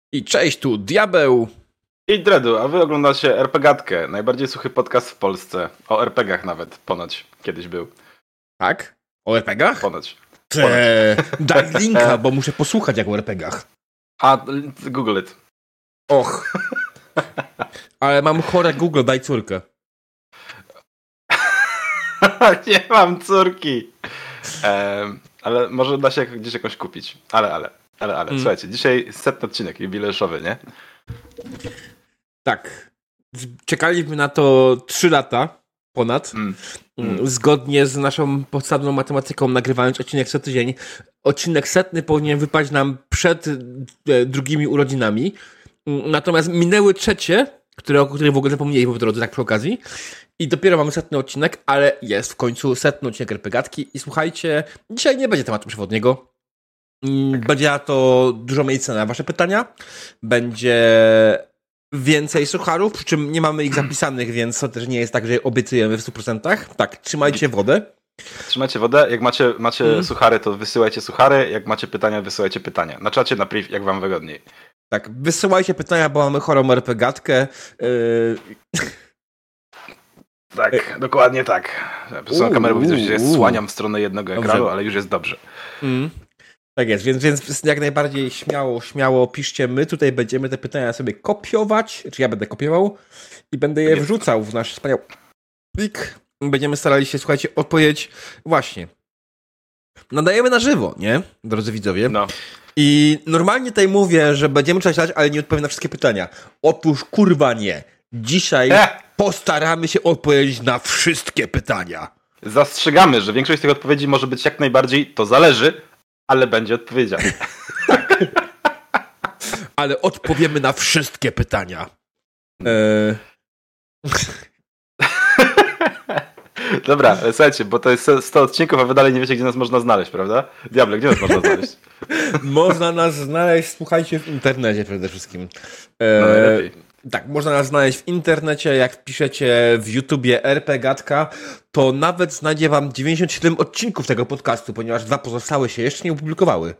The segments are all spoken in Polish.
I cześć, tu Diabeł. I Dredu, a wy oglądacie RPGatkę, najbardziej suchy podcast w Polsce. O RPGach nawet, ponoć. Kiedyś był. Tak? O RPGach? Ponoć. Daj linka, bo muszę posłuchać jak o RPGach. A, Google it. Och. Ale mam chore Google, daj córkę. Nie mam córki. Ale może da się gdzieś jakąś kupić. Ale. Słuchajcie, dzisiaj 100. odcinek jubileuszowy, nie? Tak. Czekaliśmy na to 3 lata ponad. Zgodnie z naszą podstawową matematyką, nagrywając odcinek co tydzień. Odcinek 100 powinien wypaść nam przed drugimi urodzinami. Natomiast minęły trzecie, o których w ogóle zapomnieli po drodze, tak przy okazji. I dopiero mamy 100. odcinek, ale jest w końcu 100. odcinek RPGatki. I słuchajcie, dzisiaj nie będzie tematu przewodniego. Będzie na to dużo miejsca na wasze pytania. Będzie więcej sucharów, przy czym nie mamy ich zapisanych, więc to też nie jest tak, że obiecujemy w 100%. Tak, trzymajcie wodę. Trzymajcie wodę. Jak macie suchary, to wysyłajcie suchary. Jak macie pytania, wysyłajcie pytania. Na czacie, na priv, jak wam wygodniej. Tak, wysyłajcie pytania, bo mamy chorą RPGatkę. Tak, dokładnie tak. Przesuwam kamerę, bo widzę, że się słaniam w stronę jednego ekranu, ale już jest dobrze. Tak jest, więc jak najbardziej śmiało piszcie. My tutaj będziemy te pytania sobie kopiować, czy ja będę kopiował i będę je wrzucał w nasz wspaniały plik. Będziemy starali się, słuchajcie, odpowiedzieć właśnie. Nadajemy na żywo, nie? Drodzy widzowie. No. I normalnie tutaj mówię, że będziemy czytać, ale nie odpowiem na wszystkie pytania. Otóż kurwa nie. Dzisiaj postaramy się odpowiedzieć na wszystkie pytania. Zastrzegamy, że większość z tych odpowiedzi może być jak najbardziej to zależy, ale będzie odpowiedziane. Tak. Ale odpowiemy na wszystkie pytania. Dobra, ale słuchajcie, bo to jest 100 odcinków, a wy dalej nie wiecie, gdzie nas można znaleźć, prawda? Diable, gdzie nas można znaleźć? Można nas znaleźć, słuchajcie, w internecie przede wszystkim. Najlepiej. Tak, można nas znaleźć w internecie, jak wpiszecie w YouTubie RPGatka, to nawet znajdzie wam 97 odcinków tego podcastu, ponieważ 2 pozostałe się jeszcze nie opublikowały.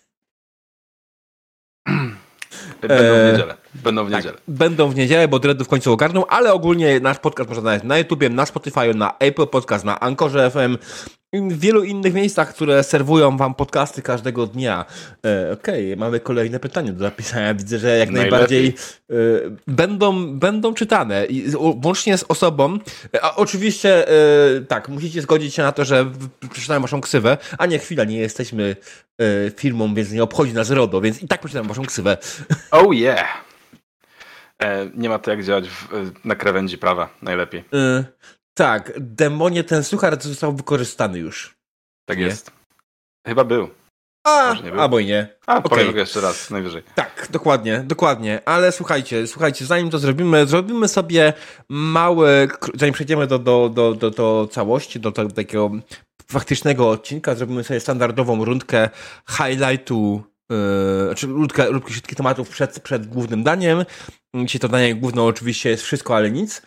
Będą w niedzielę. Będą w niedzielę, bo Dreadu w końcu ogarną, ale ogólnie nasz podcast można znaleźć na YouTubie, na Spotify, na Apple Podcast, na Anchorze FM i w wielu innych miejscach, które serwują wam podcasty każdego dnia. Okej, mamy kolejne pytanie do zapisania. Widzę, że jak najbardziej będą czytane. I łącznie z osobą. A oczywiście tak, musicie zgodzić się na to, że przeczytałem waszą ksywę. A nie, chwila, nie jesteśmy firmą, więc nie obchodzi nas RODO, więc i tak przeczytałem waszą ksywę. Oh yeah! Nie ma to jak działać na krawędzi prawa najlepiej. Tak, demonie, ten suchar został wykorzystany już. Tak jest. Chyba był. Albo i nie. Powiem go jeszcze raz, najwyżej. Tak, dokładnie. Ale słuchajcie, zanim to zrobimy sobie mały, zanim przejdziemy do całości, do takiego faktycznego odcinka, zrobimy sobie standardową rundkę highlightu, czy rundkę wszystkich tematów przed głównym daniem. Dzisiaj to danie główne oczywiście jest wszystko, ale nic.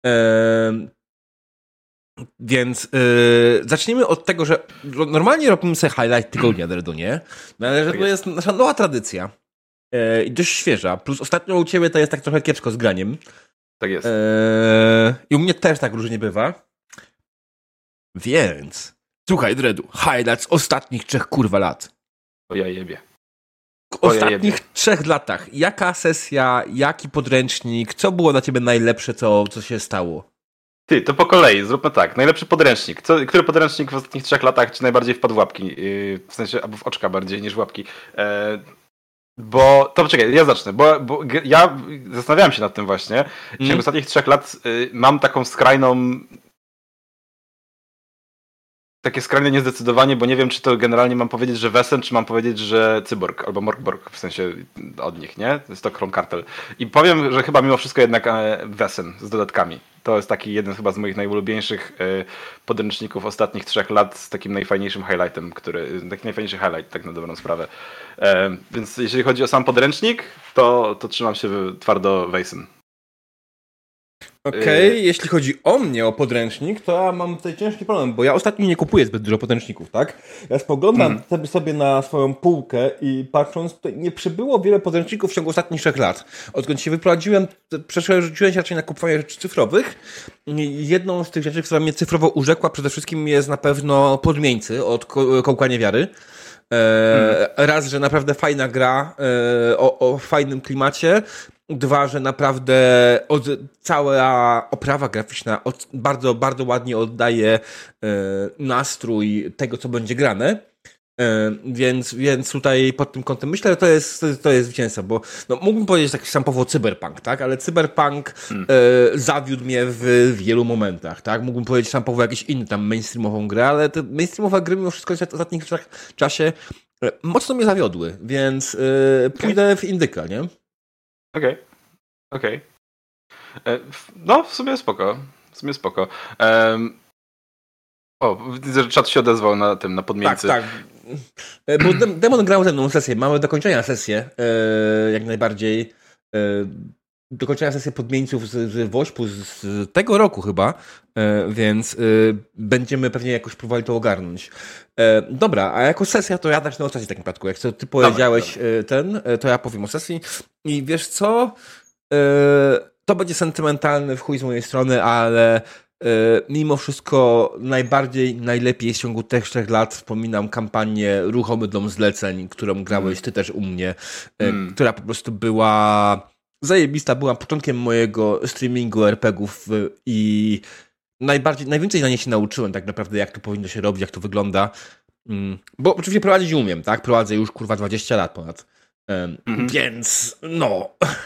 Więc zacznijmy od tego, że normalnie robimy sobie highlight tygodnia, Dredu, nie? No, ale że to jest nasza nowa tradycja. I dość świeża. Plus ostatnio u ciebie to jest tak trochę kiepsko z graniem. Tak jest. I u mnie też tak różnie bywa. Więc słuchaj, Dredu, highlight z ostatnich 3 lat. O ja jebie. W ostatnich 3 latach. Jaka sesja, jaki podręcznik, co było dla ciebie najlepsze, co się stało? Ty, to po kolei, zróbmy tak. Najlepszy podręcznik. Który podręcznik w ostatnich 3 latach ci najbardziej wpadł w łapki? W sensie, albo w oczka bardziej niż w łapki. Bo, to poczekaj, ja zacznę, bo ja zastanawiałem się nad tym właśnie. W ciągu ostatnich 3 lat mam taką takie skrajne niezdecydowanie, bo nie wiem, czy to generalnie mam powiedzieć, że Wesen, czy mam powiedzieć, że Cyborg, albo Morkborg, w sensie od nich, nie? To jest to Chrome Cartel. I powiem, że chyba mimo wszystko jednak Wesen z dodatkami. To jest taki jeden chyba z moich najulubieńszych podręczników ostatnich 3 lat z takim najfajniejszym highlightem, taki najfajniejszy highlight, tak na dobrą sprawę. Więc jeżeli chodzi o sam podręcznik, to trzymam się twardo Wesen. Okej, jeśli chodzi o mnie, o podręcznik, to ja mam tutaj ciężki problem, bo ja ostatnio nie kupuję zbyt dużo podręczników, tak? Ja spoglądam sobie na swoją półkę i patrząc, tutaj nie przybyło wiele podręczników w ciągu ostatnich 3 lat. Odkąd się wyprowadziłem, rzuciłem się raczej na kupowanie rzeczy cyfrowych. Jedną z tych rzeczy, która mnie cyfrowo urzekła przede wszystkim jest na pewno Podmieńcy od Kołka Niewiary. Raz, że naprawdę fajna gra o fajnym klimacie. 2, że naprawdę cała oprawa graficzna bardzo, bardzo ładnie oddaje nastrój tego, co będzie grane. Więc tutaj pod tym kątem myślę, że to jest zwycięstwo, bo no, mógłbym powiedzieć tak sztampowo cyberpunk, tak? Ale cyberpunk zawiódł mnie w wielu momentach, tak? Mógłbym powiedzieć sztampowo jakieś inne tam mainstreamową grę, ale te mainstreamowe gry mimo wszystko w ostatnim czasie mocno mnie zawiodły, więc pójdę w indyka, nie? Okej. No, w sumie spoko. Widzę, że czat się odezwał na Podmieńcy. Tak. Bo Demon grał ze mną sesję. Mamy do kończenia sesję. Jak najbardziej. Do kończenia sesję Podmieńców z Wośpu z tego roku chyba. Więc będziemy pewnie jakoś próbowali to ogarnąć. Dobra, a jako sesja to ja zacznę o sesji w takim przypadku. Jak ty powiedziałeś to ja powiem o sesji. I wiesz co? To będzie sentymentalny w chuj z mojej strony, ale mimo wszystko najlepiej w ciągu tych 3 lat wspominam kampanię Ruchomy Dom Zleceń, którą grałeś ty też u mnie, która po prostu była zajebista, była początkiem mojego streamingu RPGów i najwięcej na niej się nauczyłem tak naprawdę, jak to powinno się robić, jak to wygląda. Bo oczywiście prowadzić umiem, tak? Prowadzę już 20 lat ponad. Więc no...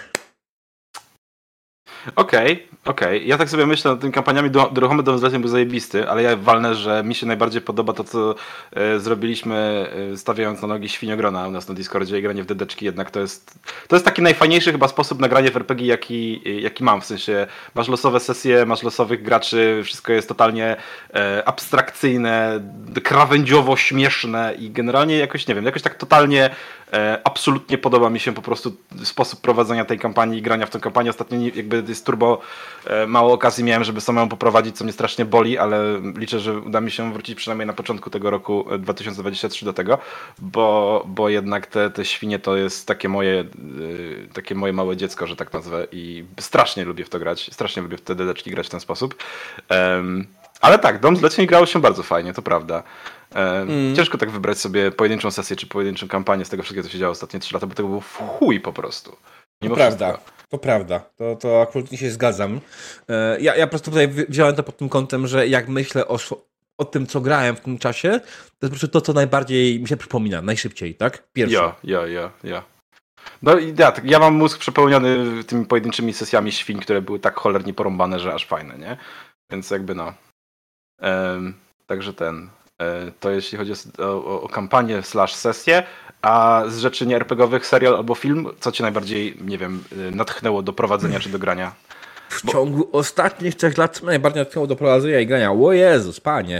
Okej. Ja tak sobie myślę nad tymi kampaniami. Ruchomy Dom Zleceń był zajebisty, ale ja walnę, że mi się najbardziej podoba to, co zrobiliśmy stawiając na nogi Świniogrona u nas na Discordzie i granie w dedeczki. Jednak to jest taki najfajniejszy chyba sposób na granie w RPG, jaki mam. W sensie masz losowe sesje, masz losowych graczy, wszystko jest totalnie abstrakcyjne, krawędziowo śmieszne i generalnie jakoś, nie wiem, jakoś tak totalnie absolutnie podoba mi się po prostu sposób prowadzenia tej kampanii i grania w tę kampanię. Ostatnio jakby jest turbo mało okazji miałem, żeby samemu poprowadzić, co mnie strasznie boli, ale liczę, że uda mi się wrócić przynajmniej na początku tego roku 2023 do tego, bo jednak te świnie to jest takie moje małe dziecko, że tak nazwę i strasznie lubię w to grać, strasznie lubię w te dedeczki grać w ten sposób. Ale tak, Dom Zleceń grało się bardzo fajnie, to prawda. Ciężko tak wybrać sobie pojedynczą sesję czy pojedynczą kampanię z tego wszystkiego, co się działo ostatnie 3 lata, bo tego był w chuj po prostu. To prawda. To absolutnie się zgadzam. Ja po prostu tutaj wziąłem to pod tym kątem, że jak myślę o tym, co grałem w tym czasie, to jest po prostu to, co najbardziej mi się przypomina, najszybciej, tak? Pierwsze. Ja. No i ja mam mózg przepełniony tymi pojedynczymi sesjami świń, które były tak cholernie porąbane, że aż fajne, nie? Więc jakby no. Także to jeśli chodzi o kampanię / sesję, a z rzeczy nie RPGowych serial albo film, co cię najbardziej, nie wiem, natchnęło do prowadzenia czy do grania? W ciągu ostatnich 3 lat najbardziej natchnęło do prowadzenia i grania. O Jezus, panie.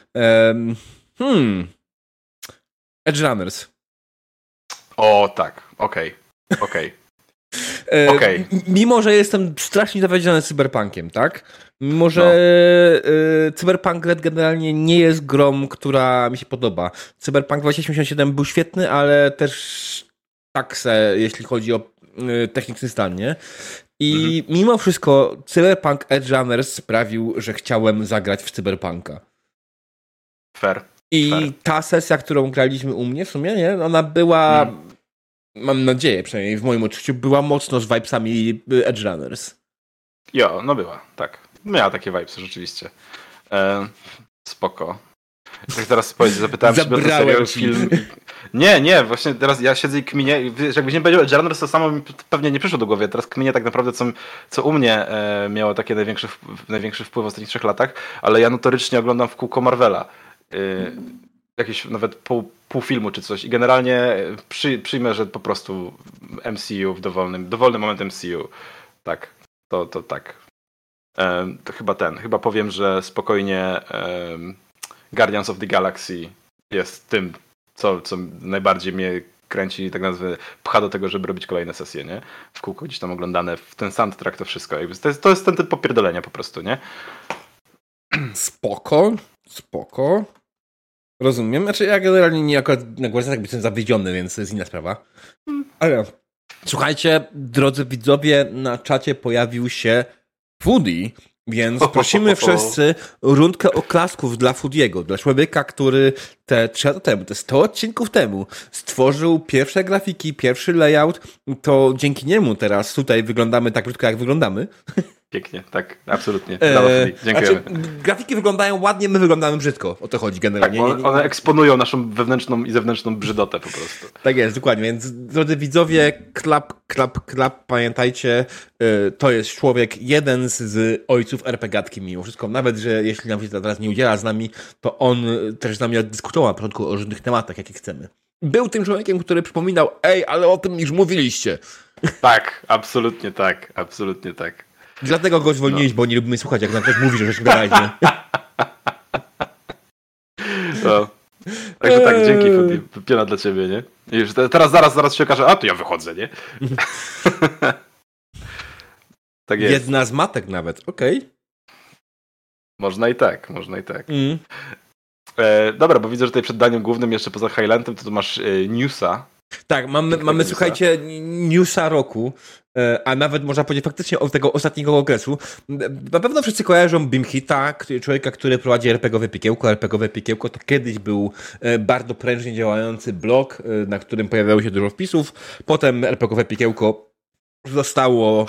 Edge Runners. O tak, okej. Mimo, że jestem strasznie zawiedziony cyberpunkiem, tak? Mimo, że Cyberpunk Red generalnie nie jest grą, która mi się podoba. Cyberpunk 2077 był świetny, ale też takse, jeśli chodzi o techniczny stan, nie? I mimo wszystko Cyberpunk Edge Runners sprawił, że chciałem zagrać w Cyberpunka. Fair. Ta sesja, którą graliśmy u mnie w sumie, nie? Ona była... Mam nadzieję, przynajmniej w moim odczuciu, była mocno z vibesami Edge Runners. No była, tak. Miała takie vibesy, rzeczywiście. Spoko. Jak teraz zapytałem się o ten serial, film... Nie, właśnie teraz ja siedzę i kminię. Jakbyś nie powiedział Edge Runners, to samo mi pewnie nie przyszło do głowy. Teraz kminię tak naprawdę, co u mnie miało takie największy wpływ w ostatnich 3 latach, ale ja notorycznie oglądam w kółko Marvela. Jakieś nawet pół filmu czy coś i generalnie przyjmę, że po prostu MCU w dowolny moment MCU. Tak, to tak. To chyba powiem, że spokojnie Guardians of the Galaxy jest tym, co najbardziej mnie kręci, tak nazwę, pcha do tego, żeby robić kolejne sesje, nie? W kółko gdzieś tam oglądane, w ten soundtrack to wszystko. Jakby to jest ten typ popierdolenia po prostu, nie? Spoko. Rozumiem. Znaczy ja generalnie nie akurat na głosach jestem zawiedziony, więc to jest inna sprawa. Ale słuchajcie, drodzy widzowie, na czacie pojawił się Foodie, więc prosimy wszyscy rundkę oklasków dla Foodiego, dla człowieka, który te 3 lata temu, te 100 odcinków temu stworzył pierwsze grafiki, pierwszy layout, to dzięki niemu teraz tutaj wyglądamy tak brzydko, jak wyglądamy. Pięknie, tak, absolutnie. Brawo, dziękujemy. Znaczy, grafiki wyglądają ładnie, my wyglądamy brzydko. O to chodzi generalnie. Tak, one eksponują naszą wewnętrzną i zewnętrzną brzydotę po prostu. Tak jest, dokładnie. Więc drodzy widzowie, klap, pamiętajcie, to jest człowiek, jeden z ojców RPGatki mimo wszystko. Nawet, że jeśli nam się teraz nie udziela z nami, to on też z nami dyskutował na początku o różnych tematach, jakie chcemy. Był tym człowiekiem, który przypominał, ale o tym już mówiliście. Tak, absolutnie tak. Dlatego go zwolniłeś, bo nie lubimy słuchać, jak nam ktoś mówi, że rzecz wyraźnie. No. Także tak, dzięki, piona dla ciebie, nie? I już teraz zaraz się okaże, to ja wychodzę, nie? Tak jest. Jedna z matek nawet, okej. Można i tak. Dobra, bo widzę, że tutaj przed daniem głównym, jeszcze poza Highlandem, to tu masz newsa. Tak, mamy słuchajcie, newsa roku, a nawet można powiedzieć faktycznie od tego ostatniego okresu. Na pewno wszyscy kojarzą Bimhita, człowieka, który prowadzi RPGowe Piekiełko. RPGowe Piekiełko to kiedyś był bardzo prężnie działający blog, na którym pojawiało się dużo wpisów. Potem RPGowe Piekiełko zostało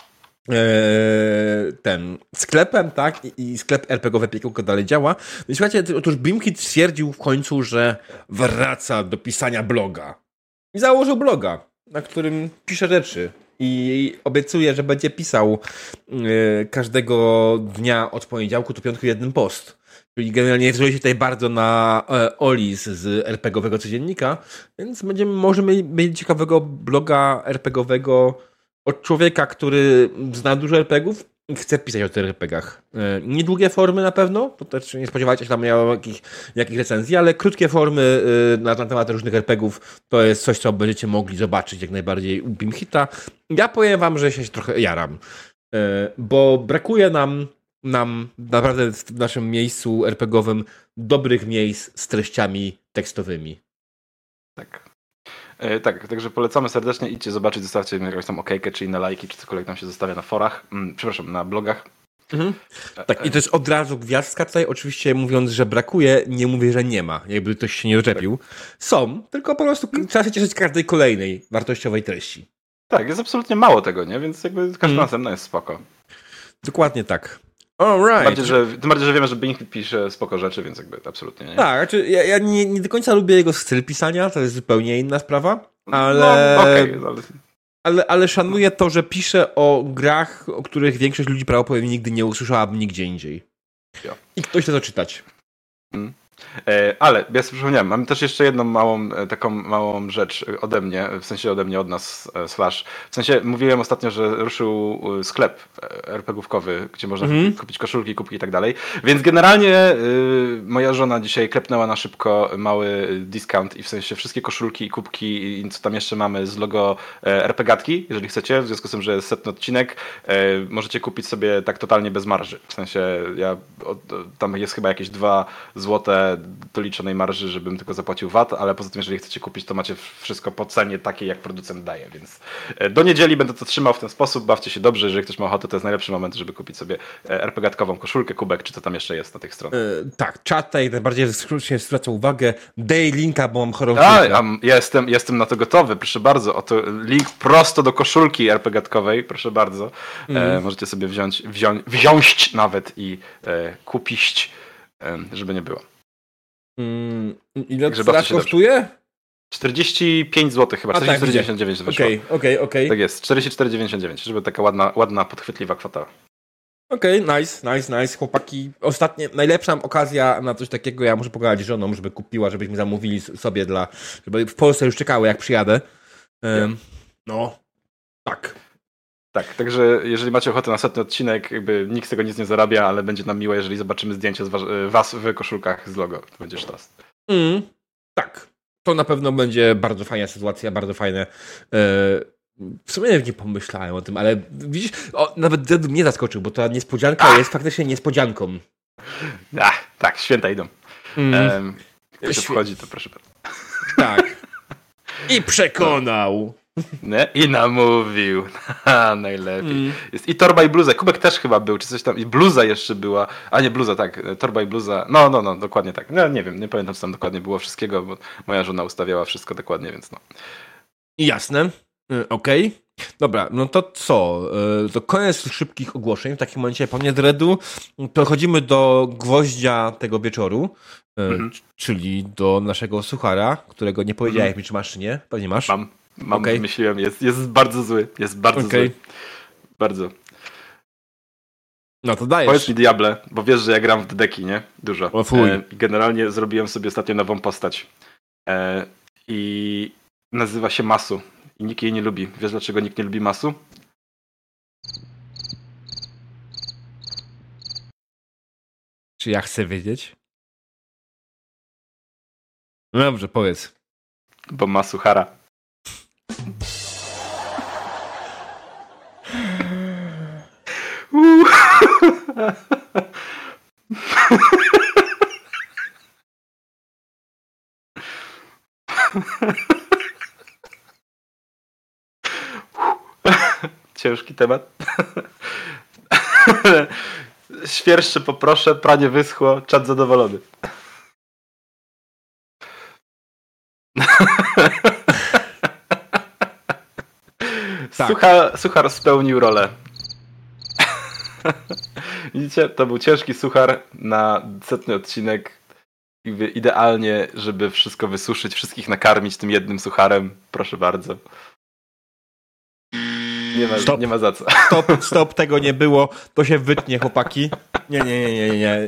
sklepem, tak? I sklep RPGowe Piekiełko dalej działa. I słuchajcie, otóż Bimhit stwierdził w końcu, że wraca do pisania bloga. I założył bloga, na którym pisze rzeczy. I obiecuje, że będzie pisał każdego dnia od poniedziałku do piątku jeden post. Czyli generalnie wzroi się tutaj bardzo na Olis z RPGowego codziennika, więc możemy mieć ciekawego bloga RPGowego od człowieka, który zna dużo RPGów i chce pisać o tych RPGach. Niedługie formy na pewno, to też nie spodziewajcie się tam jakich recenzji, ale krótkie formy na temat różnych RPGów to jest coś, co będziecie mogli zobaczyć jak najbardziej u Bimhita. Ja powiem wam, że się trochę jaram, bo brakuje nam naprawdę w naszym miejscu RPGowym dobrych miejsc z treściami tekstowymi. Tak, także polecamy serdecznie, idźcie zobaczyć, zostawcie jakąś tam okejkę, czy inne lajki, czy cokolwiek tam się zostawia na forach, na blogach. Tak, i to jest od razu gwiazdka tutaj, oczywiście mówiąc, że brakuje, nie mówię, że nie ma, jakby ktoś się nie doczepił. Tak. Są, tylko po prostu trzeba się cieszyć z każdej kolejnej wartościowej treści. Tak, jest absolutnie mało tego, nie? Więc jakby każda następna jest spoko. Dokładnie tak. Alright. Tym bardziej, że wiemy, że Bing pisze spoko rzeczy, więc jakby absolutnie nie. Tak, znaczy ja nie do końca lubię jego styl pisania, to jest zupełnie inna sprawa, ale... Ale szanuję to, że pisze o grach, o których większość ludzi prawdopodobnie nigdy nie usłyszałaby nigdzie indziej. I ktoś chce to czytać. Ale ja sobie przypomniałem, mamy też jeszcze jedną taką małą rzecz ode mnie, w sensie od nas, w sensie mówiłem ostatnio, że ruszył sklep RPG-ówkowy, gdzie można kupić koszulki, kubki i tak dalej, więc generalnie moja żona dzisiaj klepnęła na szybko mały discount i w sensie wszystkie koszulki i kubki i co tam jeszcze mamy z logo RPGatki, jeżeli chcecie, w związku z tym, że jest 100 odcinek, możecie kupić sobie tak totalnie bez marży, w sensie tam jest chyba jakieś 2 złote doliczonej marży, żebym tylko zapłacił VAT, ale poza tym, jeżeli chcecie kupić, to macie wszystko po cenie takiej, jak producent daje, więc do niedzieli będę to trzymał w ten sposób, bawcie się dobrze, jeżeli ktoś ma ochotę, to jest najlepszy moment, żeby kupić sobie RPGatkową koszulkę, kubek, czy co tam jeszcze jest na tych stronach. Tak, czat tutaj najbardziej zwraca uwagę, daj linka, bo mam chorą jestem na to gotowy, proszę bardzo, oto link prosto do koszulki RPGatkowej, proszę bardzo, możecie sobie wziąć nawet i kupić, żeby nie było. Ile to kosztuje? 45 zł chyba, 44,99 wyszło. Okej. Tak jest, 44,99, żeby taka ładna, podchwytliwa kwota. Okej, nice. Chłopaki, najlepsza okazja na coś takiego, ja muszę pogadać z żoną, żeby kupiła, żebyśmy zamówili sobie żeby w Polsce już czekały, jak przyjadę. Tak, także jeżeli macie ochotę na 100 odcinek, jakby nikt z tego nic nie zarabia, ale będzie nam miłe, jeżeli zobaczymy zdjęcie z was w koszulkach z logo. To będzie sztos. Tak. To na pewno będzie bardzo fajna sytuacja, bardzo fajne. W sumie nie pomyślałem o tym, ale widzisz, nawet Dread mnie zaskoczył, bo ta niespodzianka jest faktycznie niespodzianką. Tak, święta idą. Jak się wchodzi, to proszę bardzo. Tak. I przekonał. I namówił. Najlepiej. Jest i torba i bluza. Kubek też chyba był, czy coś tam. I bluza jeszcze była. A nie, bluza, tak. Torba i bluza. No, dokładnie tak. No nie wiem, nie pamiętam, co tam dokładnie było wszystkiego, bo moja żona ustawiała wszystko dokładnie, więc no. Jasne. Okej. Dobra, no to co? To koniec szybkich ogłoszeń. W takim momencie, panie Dreadu, przechodzimy do gwoździa tego wieczoru, czyli do naszego suchara, którego nie powiedziałeś mi, czy masz, czy nie? Pewnie masz. Mam, myśliłem, jest bardzo zły. Jest bardzo zły. Bardzo. No to dajesz. Powiedz mi, Diable, bo wiesz, że ja gram w dedeki, nie? Dużo. O fuj. Generalnie zrobiłem sobie ostatnio nową postać. I nazywa się Masu. I nikt jej nie lubi. Wiesz, dlaczego nikt nie lubi Masu? Czy ja chcę wiedzieć? No dobrze, powiedz. Bo ma suchara. Ciężki temat. Świerszcze poproszę, pranie wyschło, czat zadowolony. Tak. Suchar spełnił rolę. Widzicie, to był ciężki suchar na 100. odcinek. Idealnie, żeby wszystko wysuszyć, wszystkich nakarmić tym jednym sucharem. Proszę bardzo. Nie ma za co. Stop, tego nie było. To się wytnie, chłopaki. Nie.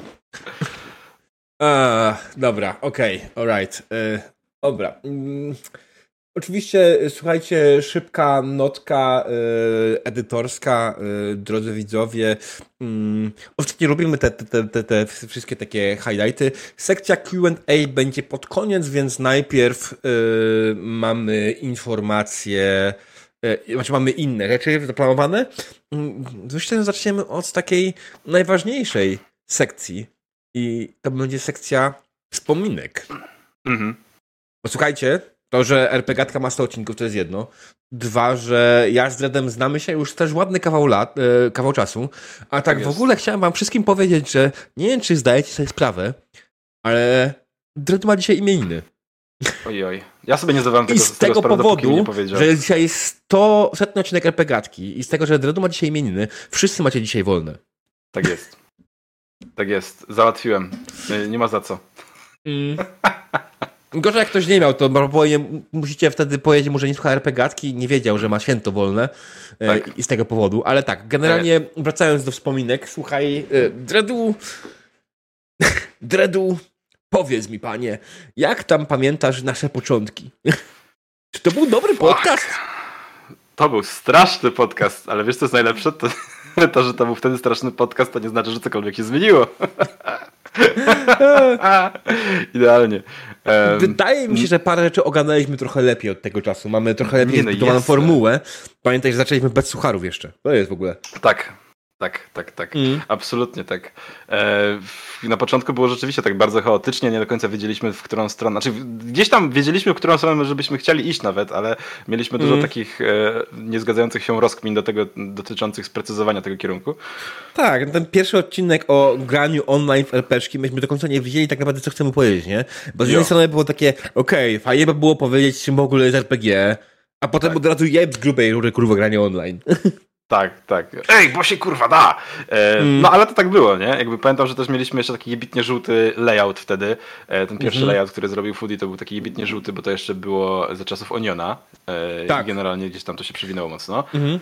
Dobra, okej, alright. Dobra. Oczywiście, słuchajcie, szybka notka edytorska, drodzy widzowie. Ostatnio robimy te wszystkie takie highlighty. Sekcja Q&A będzie pod koniec, więc najpierw mamy informacje, znaczy mamy inne rzeczy zaplanowane. Myślę, że zaczniemy od takiej najważniejszej sekcji i to będzie sekcja wspominek. Bo słuchajcie, to, że RPGatka ma 100 odcinków, to jest jedno. 2, że ja z Dreadem znamy się już też ładny kawał czasu. A tak w ogóle chciałem wam wszystkim powiedzieć, że nie wiem, czy zdajecie sobie sprawę, ale Dread ma dzisiaj imieniny. Ojoj. Ja sobie nie zdawałem tego, i z tego powodu, że jest dzisiaj 100 odcinek RPGatki i z tego, że Dreadu ma dzisiaj imieniny, wszyscy macie dzisiaj wolne. Tak jest. Tak jest. Załatwiłem. Nie ma za co. Gorzej jak ktoś nie miał, to musicie wtedy powiedzieć mu, że nie słucha RPGatki i nie wiedział, że ma święto wolne i z tego powodu. Ale tak, generalnie wracając do wspominek, słuchaj, Dreadu, powiedz mi, panie, jak tam pamiętasz nasze początki? Czy to był dobry podcast? To był straszny podcast, ale wiesz co jest najlepsze? To, że to był wtedy straszny podcast, to nie znaczy, że cokolwiek się zmieniło. Idealnie. Wydaje mi się, że parę rzeczy ogarnęliśmy trochę lepiej od tego czasu. Mamy trochę lepiej zbudowaną formułę. Pamiętaj, że zaczęliśmy bez sucharów jeszcze. To jest w ogóle. Tak. Absolutnie tak. Na początku było rzeczywiście tak bardzo chaotycznie, nie do końca wiedzieliśmy, w którą stronę, znaczy gdzieś tam wiedzieliśmy, w którą stronę żebyśmy chcieli iść nawet, ale mieliśmy dużo takich niezgadzających się rozkmin do tego, dotyczących sprecyzowania tego kierunku. Tak, ten pierwszy odcinek o graniu online w RPG, myśmy do końca nie wiedzieli tak naprawdę, co chcemy powiedzieć, nie? Bo z jednej strony było takie, fajnie by było powiedzieć, czym w ogóle jest RPG, a potem od razu jeb z grubej rury, kurwa, granie online. Tak. Ej, bo się kurwa da! No ale to tak było, nie? Jakby pamiętam, że też mieliśmy jeszcze taki jebitnie żółty layout wtedy. Ten pierwszy layout, który zrobił Foodie, to był taki jebitnie żółty, bo to jeszcze było za czasów Oniona. I generalnie gdzieś tam to się przewinęło mocno.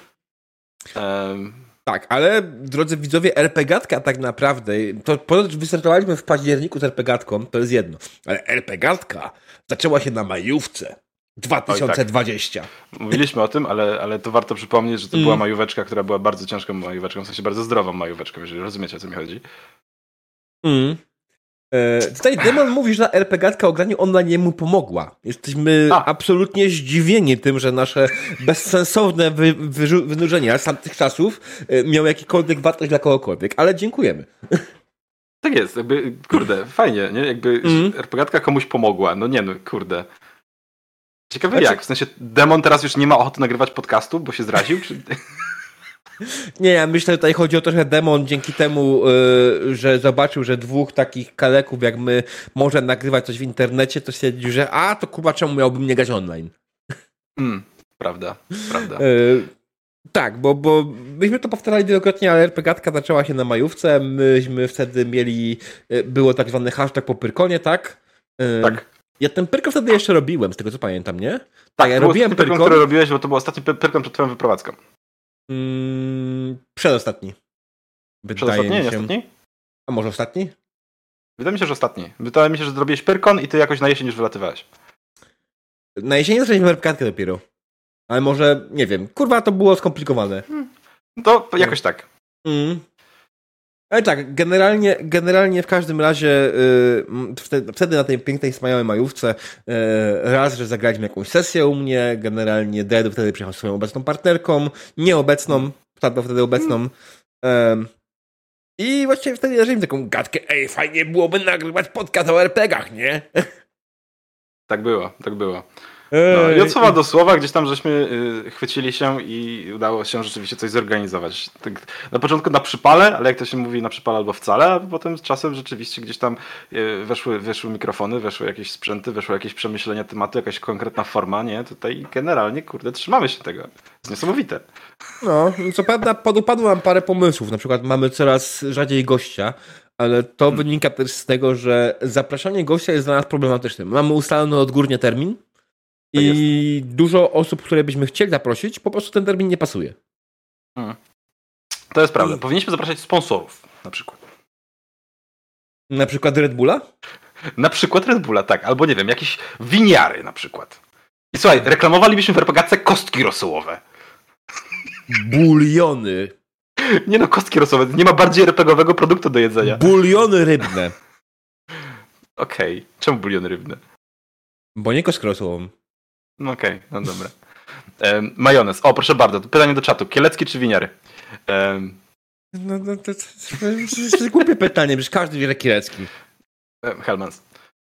Tak, ale drodzy widzowie, RPGatka tak naprawdę, to wystartowaliśmy w październiku z RPGatką, to jest jedno, ale RPGatka zaczęła się na majówce 2020. Oj, tak. Mówiliśmy o tym, ale to warto przypomnieć, że to była majóweczka, która była bardzo ciężką majóweczką, w sensie bardzo zdrową majóweczką, jeżeli rozumiecie, o co mi chodzi. Tutaj Demon mówi, że RPGatka o graniu online mu pomogła. Jesteśmy absolutnie zdziwieni tym, że nasze bezsensowne wynurzenia z tamtych czasów miały jakikolwiek wartość dla kogokolwiek, ale dziękujemy. Tak jest, jakby, kurde, fajnie, nie? Jakby RPGatka komuś pomogła. No nie, no kurde. Ciekawe jak, w sensie Demon teraz już nie ma ochoty nagrywać podcastu, bo się zraził, czy... Nie, ja myślę, że tutaj chodzi o to, że Demon dzięki temu, że zobaczył, że dwóch takich kaleków jak my może nagrywać coś w internecie, to stwierdził, że to kurwa, czemu miałbym nie grać online? Prawda. Tak, bo myśmy to powtarzali wielokrotnie, ale RPGatka zaczęła się na majówce, myśmy wtedy mieli, było tak zwany hashtag po Pyrkonie, tak? Tak. Ja ten Pyrkon wtedy jeszcze robiłem, z tego co pamiętam, nie? Tak, ja to robiłem był Pyrkon, który robiłeś, bo to był ostatni Pyrkon przed twoją wyprowadzką. Przedostatni. Przedostatni? Nie ostatni? A może ostatni? Wydaje mi się, że ostatni. Wydaje mi się, że zrobiłeś Pyrkon i ty jakoś na jesień już wylatywałeś. Na jesieni zaczęliśmy RPGatkę dopiero. Ale może, nie wiem, kurwa, to było skomplikowane. To jakoś tak. Ale tak, generalnie w każdym razie wtedy na tej pięknej, wspaniałej majówce raz, że zagraliśmy jakąś sesję u mnie, generalnie Dead wtedy przyjechał z swoją obecną partnerką, nieobecną, wtedy obecną. I właściwie wtedy zaczęliśmy taką gadkę, fajnie byłoby nagrywać podcast o RPG-ach, nie? Tak było. No, i od słowa do słowa gdzieś tam żeśmy chwycili się i udało się rzeczywiście coś zorganizować. Tak, na początku na przypale, ale jak to się mówi, na przypale albo wcale, a potem z czasem rzeczywiście gdzieś tam weszły mikrofony, weszły jakieś sprzęty, weszło jakieś przemyślenia tematu, jakaś konkretna forma, nie? Tutaj generalnie, kurde, trzymamy się tego. To jest niesamowite. No, co prawda podupadło nam parę pomysłów, na przykład mamy coraz rzadziej gościa, ale to wynika też z tego, że zapraszanie gościa jest dla nas problematyczne. Mamy ustalony odgórnie termin, i dużo osób, które byśmy chcieli zaprosić, po prostu ten termin nie pasuje. To jest prawda. Powinniśmy zapraszać sponsorów, na przykład. Na przykład Red Bulla? Na przykład Red Bulla, tak. Albo nie wiem, jakieś winiary na przykład. I słuchaj, reklamowalibyśmy w RPGace kostki rosołowe. Buliony. Nie no, kostki rosołowe. Nie ma bardziej RPGowego produktu do jedzenia. Buliony rybne. Okej. Czemu buliony rybne? Bo nie kostkę rosową. No okej, no dobra. Majonez. O, proszę bardzo. Pytanie do czatu. Kielecki czy winiary? No to jest głupie pytanie, przecież każdy wie, że kielecki. Hellmans.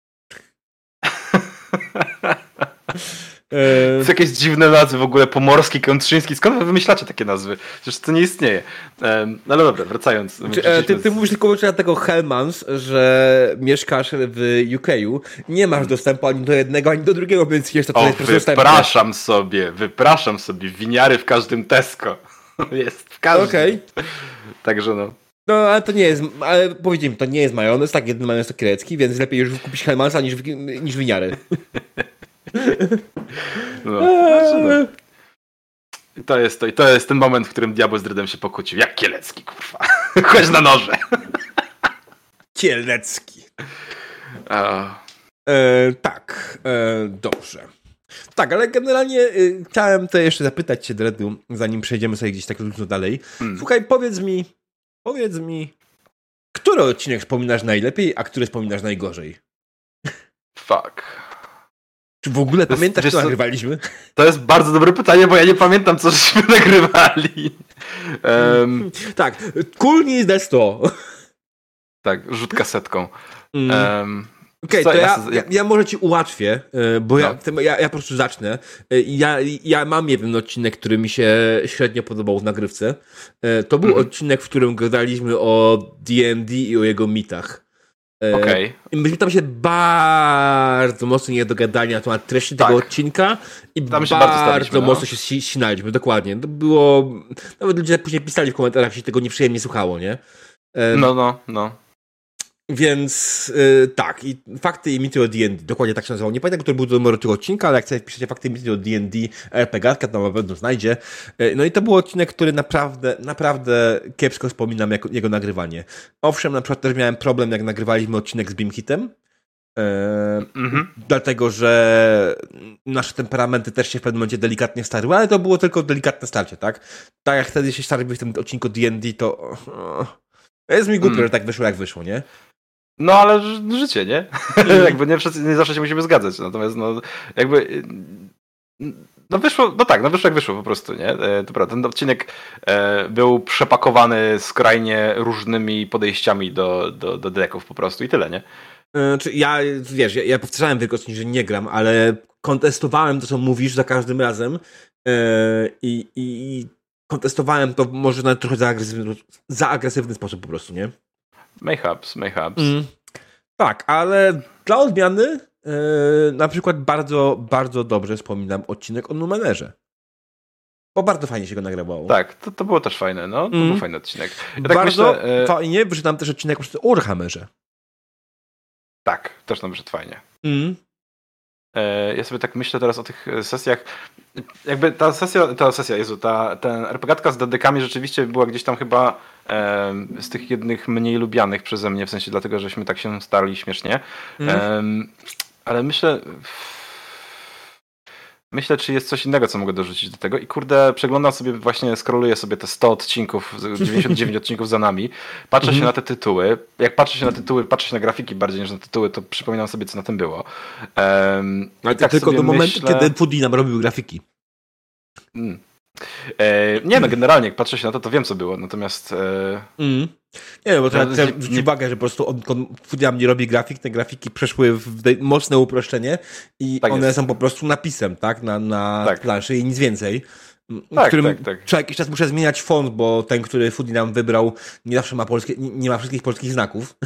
To jest jakieś dziwne nazwy w ogóle, pomorski, kątrzyński. Skąd wy wymyślacie takie nazwy? Przecież to nie istnieje. No ale dobra, wracając. Ty mówisz tylko dlatego Hellmans, że mieszkasz w UK-u, nie masz dostępu ani do jednego, ani do drugiego, więc jest to tutaj wypraszam sobie winiary w każdym Tesco. Jest w każdym. Okej. Także no. No, ale to nie jest, ale powiedziałem, to nie jest majonez, tak, jeden majonez to kielecki, więc lepiej już kupić Hellmansa niż winiary. No. To jest ten moment, w którym diabeł z Dreadem się pokłócił. Jak Kielecki, kurwa. Chodź na noże. Kielecki. Tak, dobrze. Tak, ale generalnie chciałem to jeszcze zapytać cię, Dreadu, zanim przejdziemy sobie gdzieś tak dużo dalej. Słuchaj, powiedz mi, który odcinek wspominasz najlepiej, a który wspominasz najgorzej? Fuck. Czy w ogóle pamiętasz, co nagrywaliśmy? To jest bardzo dobre pytanie, bo ja nie pamiętam, co żeśmy nagrywali. Tak, cool news that's to. Tak, rzut kasetką. Okej, to ja może ci ułatwię, bo ja po prostu zacznę. Ja mam jeden odcinek, który mi się średnio podobał w nagrywce. To był odcinek, w którym gadaliśmy o D&D i o jego mitach. Okej. I myśmy tam się bardzo mocno nie dogadali na temat treści tego odcinka i tam się bardzo mocno się ścinaliśmy, dokładnie. To było... Nawet ludzie później pisali w komentarzach, że się tego nieprzyjemnie słuchało, nie? No. Więc tak, i fakty i mity o D&D, dokładnie tak się nazywał. Nie pamiętam, który był numer tego odcinka, ale jak sobie piszecie fakty i mity o D&D, RPGatka, to na pewno znajdzie. No i to był odcinek, który naprawdę kiepsko wspominam jego nagrywanie. Owszem, na przykład też miałem problem, jak nagrywaliśmy odcinek z Beamhitem, dlatego, że nasze temperamenty też się w pewnym momencie delikatnie starły, ale to było tylko delikatne starcie, tak? Tak jak wtedy się starliśmy w tym odcinku D&D, to... Jest mi głupio, że tak wyszło, jak wyszło, nie? No ale życie, nie? Jakby nie zawsze się musimy zgadzać, natomiast no jakby no wyszło, wyszło jak wyszło po prostu, nie? To prawda, ten odcinek był przepakowany skrajnie różnymi podejściami do deków po prostu i tyle, nie? Ja powtarzałem wielokrotnie, że nie gram, ale kontestowałem to, co mówisz za każdym razem i kontestowałem to może nawet trochę za agresywny sposób po prostu, nie? Mayhaps. Tak, ale dla odmiany na przykład bardzo, bardzo dobrze wspominam odcinek o Numenerze. Bo bardzo fajnie się go nagrywało. Tak, to było też fajne, no. To był fajny odcinek. Ja tak bardzo fajnie wyszedł nam też odcinek o Warhammerze. Tak, też nam wyszedł fajnie. Ja sobie tak myślę teraz o tych sesjach. Jakby ten RPGatka z dedekami rzeczywiście była gdzieś tam chyba z tych jednych mniej lubianych przeze mnie, w sensie dlatego, żeśmy tak się starli śmiesznie. Ale myślę, czy jest coś innego, co mogę dorzucić do tego i kurde, przeglądam sobie właśnie, scrolluję sobie te 100 odcinków, 99 odcinków za nami, patrzę się na te tytuły, jak patrzę się na tytuły, patrzę się na grafiki bardziej niż na tytuły, to przypominam sobie, co na tym było. Ale tak tylko do momentu, kiedy Foodie nam robił grafiki. Nie, no generalnie, jak patrzę się na to wiem, co było, natomiast... Nie, bo trzeba zwrócić uwagę, że po prostu Foodie nam nie robi grafik, te grafiki przeszły w mocne uproszczenie i tak one są po prostu napisem, tak, na planszy i nic więcej. W którym co jakiś czas muszę zmieniać font, bo ten, który Foodie nam wybrał, nie zawsze ma nie ma wszystkich polskich znaków.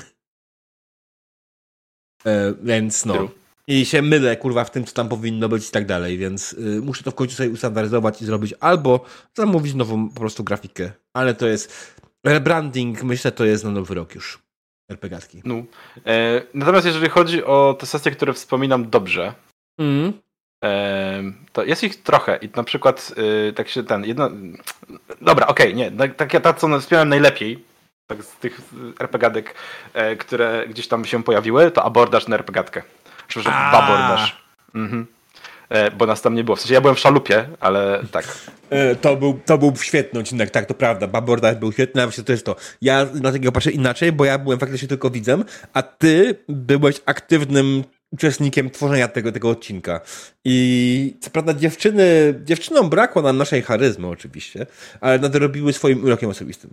Więc no. I się mylę, kurwa, w tym, co tam powinno być i tak dalej, więc muszę to w końcu sobie ustandaryzować i zrobić, albo zamówić nową po prostu grafikę. Ale to jest rebranding, myślę, to jest na nowy rok już. RPGatki. No. Natomiast jeżeli chodzi o te sesje, które wspominam dobrze, to jest ich trochę i na przykład tak się Dobra, okej, nie, ta co wspomniałem najlepiej, tak z tych RPGadek, które gdzieś tam się pojawiły, to abordaż na RPGatkę. Przepraszam, babordaż. Bo nas tam nie było. W sensie ja byłem w szalupie, ale tak. To był świetny odcinek, tak, to prawda. Babordaż był świetny, nawet to jest to. Ja na tego patrzę inaczej, bo ja byłem faktycznie tylko widzem, a ty byłeś aktywnym uczestnikiem tworzenia tego odcinka. I co prawda dziewczynom brakło nam naszej charyzmy oczywiście, ale nadrobiły swoim urokiem osobistym.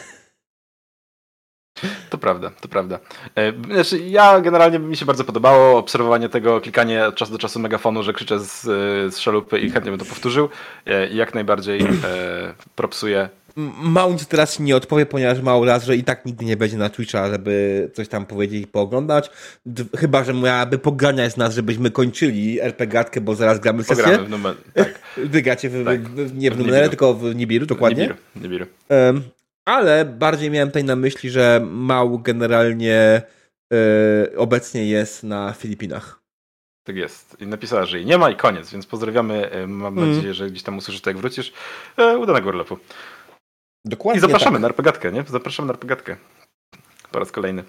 To prawda. Znaczy, ja generalnie mi się bardzo podobało obserwowanie tego, klikanie od czasu do czasu megafonu, że krzyczę z szalupy i chętnie bym to powtórzył. I jak najbardziej propsuję. Mount teraz nie odpowie, ponieważ ma raz, że i tak nigdy nie będzie na Twitcha, żeby coś tam powiedzieć i pooglądać. Chyba, że miałaby poganiać nas, żebyśmy kończyli RPGatkę, bo zaraz gramy sesję. Pogramy w numer, tak. Wy gracie nie w numerze, tylko w Nibiru, dokładnie. Nibiru. Ale bardziej miałem tutaj na myśli, że Mał generalnie obecnie jest na Filipinach. Tak jest. I napisała, że jej nie ma i koniec, więc pozdrawiamy. Mam nadzieję, że gdzieś tam usłyszysz to, jak wrócisz. Udanego urlopu. Dokładnie. I zapraszamy na RPGatkę, nie? Zapraszamy na RPGatkę. Po raz kolejny.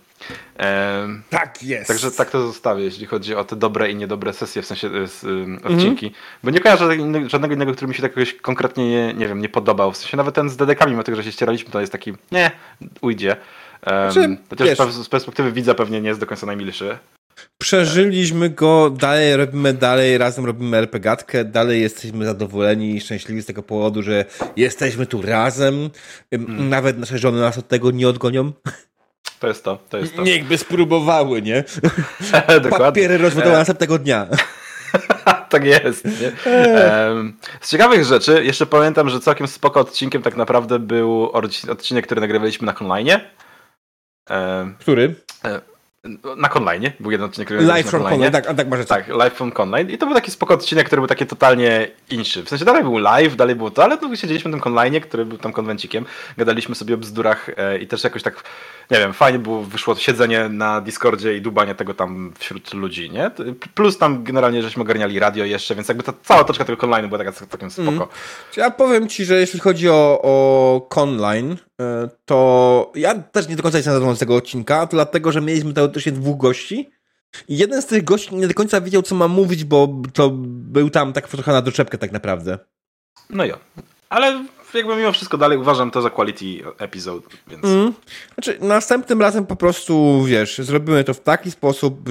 Tak jest. Także tak to zostawię, jeśli chodzi o te dobre i niedobre sesje, w sensie odcinki. Bo nie kojarzę żadnego innego, który mi się tak jakoś konkretnie nie podobał. W sensie nawet ten z dedekami, mimo tego, że się ścieraliśmy, to jest taki, ujdzie. Chociaż z perspektywy widza pewnie nie jest do końca najmilszy. Przeżyliśmy go, razem robimy RPGatkę, dalej jesteśmy zadowoleni i szczęśliwi z tego powodu, że jesteśmy tu razem. Nawet nasze żony nas od tego nie odgonią. To jest to. Niechby spróbowały, nie? Dokładnie. Papiery rozwodowe następnego dnia. Tak jest. Nie? Z ciekawych rzeczy, jeszcze pamiętam, że całkiem spoko odcinkiem tak naprawdę był odcinek, który nagrywaliśmy na Conline. Który? Na Conline. Był jeden odcinek, który Live from Conline, tak masz. Tak, Live from Conline. I to był taki spoko odcinek, który był taki totalnie inszy. W sensie dalej był live, dalej było to, ale no siedzieliśmy na tym Conline, który był tam konwencikiem. Gadaliśmy sobie o bzdurach i też jakoś tak, nie wiem, fajnie było, wyszło siedzenie na Discordzie i dubanie tego tam wśród ludzi, nie? Plus tam generalnie żeśmy ogarniali radio jeszcze, więc jakby ta cała toczka tego Conline była taka całkiem spoko. Ja powiem ci, że jeśli chodzi o Conline, to ja też nie do końca jestem zadowolony z tego odcinka, to dlatego, że mieliśmy też 2 gości i jeden z tych gości nie do końca wiedział, co ma mówić, bo to był tam tak trochę na doczepkę tak naprawdę. No jo, ale jakby mimo wszystko dalej uważam to za quality episode, więc... Znaczy, następnym razem po prostu, wiesz, zrobimy to w taki sposób,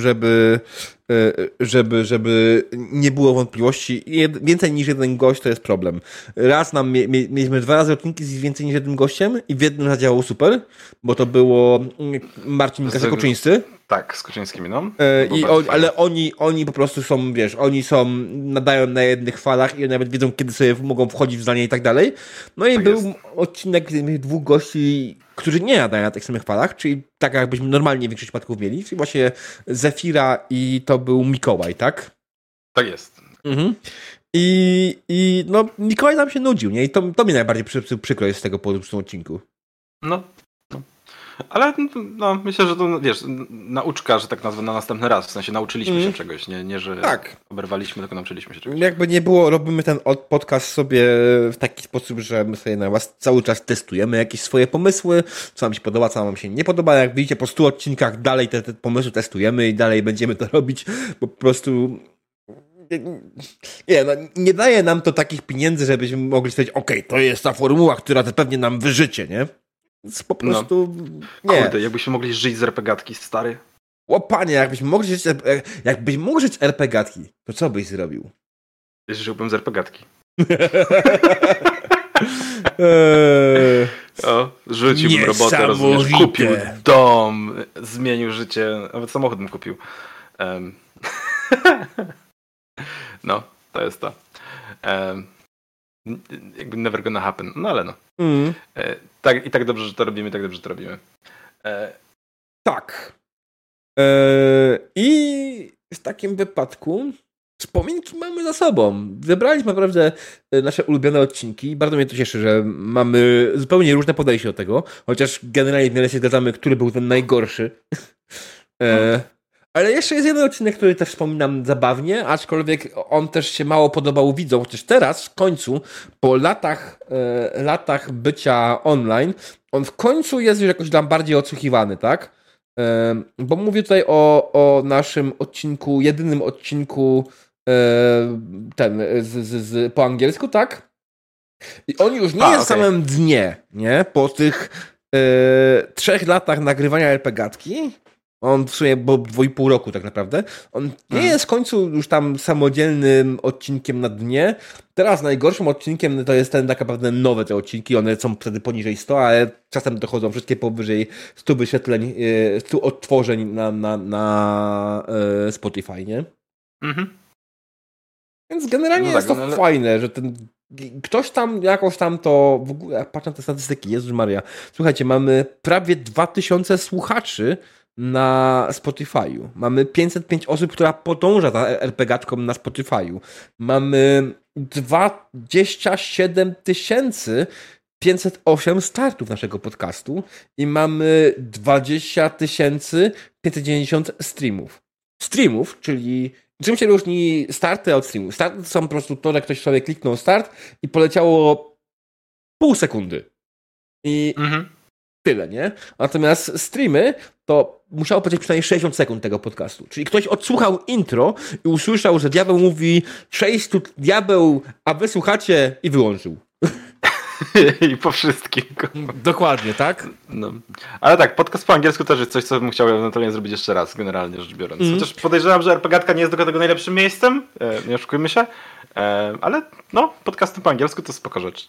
żeby nie było wątpliwości. Więcej niż jeden gość to jest problem. Raz mieliśmy 2 razy odcinki z więcej niż jednym gościem i w jednym zadziałało super, bo to było Marcin Kasia-Koczyńscy. Tak, z Koczyńskimi, no. Ale oni po prostu są, wiesz, nadają na jednych falach i nawet wiedzą, kiedy sobie mogą wchodzić w zdanie i tak dalej. No i tak był odcinek 2 gości, którzy nie nadają na tych samych falach, czyli tak jakbyśmy normalnie większość przypadków mieli, czyli właśnie Zefira i to był Mikołaj, tak? Tak jest. I no Mikołaj nam się nudził, nie? I to mi najbardziej przykro jest z tego powodu w tym odcinku. No. Ale no, myślę, że to, wiesz, nauczka, że tak nazwę, na następny raz. W sensie nauczyliśmy się czegoś, nie że oberwaliśmy, tylko nauczyliśmy się czegoś. Jakby nie było, robimy ten podcast sobie w taki sposób, że my sobie na was cały czas testujemy jakieś swoje pomysły, co nam się podoba, co nam się nie podoba. Jak widzicie, po 100 odcinkach dalej te pomysły testujemy i dalej będziemy to robić, bo po prostu... Nie daje nam to takich pieniędzy, żebyśmy mogli stwierdzić, okej, to jest ta formuła, która zapewnie nam wyżycie, nie? Więc po prostu nie. Kurde, jakbyśmy mogli żyć z RPGatki, stary. O panie, jakbyś mógł żyć RPGatki, to co byś zrobił? Żyłbym z RPGatki. Rzuciłbym robotę, rozumiesz, kupił dom, zmienił życie, nawet samochód bym kupił. No, to jest to. Jakby never gonna happen. No ale no. Tak, i tak dobrze, że to robimy, Tak. I w takim wypadku wspominki mamy za sobą. Wybraliśmy naprawdę nasze ulubione odcinki. Bardzo mnie to cieszy, że mamy zupełnie różne podejście do tego, chociaż generalnie wiele się zgadzamy, który był ten najgorszy. Ale jeszcze jest jeden odcinek, który też wspominam zabawnie, aczkolwiek on też się mało podobał widzom, chociaż teraz, w końcu, po latach bycia online, on w końcu jest już jakoś tam bardziej odsłuchiwany, tak? Bo mówię tutaj o naszym odcinku, jedynym odcinku po angielsku, tak? I on już nie jest w samym dnie, nie? Po tych 3 latach nagrywania RPGatki, on w sumie, bo 2,5 roku tak naprawdę, on nie jest w końcu już tam samodzielnym odcinkiem na dnie. Teraz najgorszym odcinkiem to jest ten tak naprawdę nowe te odcinki, one są wtedy poniżej 100, ale czasem dochodzą wszystkie powyżej 100 wyświetleń, 100 odtworzeń na Spotify, nie? Więc generalnie jest to fajne, że ktoś tam, jakoś tam to, w ogóle, jak patrzę na te statystyki, Jezus Maria, słuchajcie, mamy prawie 2000 słuchaczy na Spotify'u. Mamy 505 osób, która podąża za RPGatką na Spotify'u. Mamy 27 508 startów naszego podcastu i mamy 20 590 streamów. Streamów, czyli czym się różni starty od streamów? Starty to są po prostu to, że ktoś sobie kliknął start i poleciało pół sekundy. I tyle, nie? Natomiast streamy to musiało powiedzieć przynajmniej 60 sekund tego podcastu. Czyli ktoś odsłuchał intro i usłyszał, że diabeł mówi cześć, tu diabeł, a wy słuchacie i wyłączył. I po wszystkim. Dokładnie, tak? No. Ale tak, podcast po angielsku też jest coś, co bym chciał ewentualnie zrobić jeszcze raz, generalnie rzecz biorąc. Chociaż podejrzewam, że RPGatka nie jest do tego najlepszym miejscem, nie oszukujmy się, ale no, podcasty po angielsku to spoko rzecz.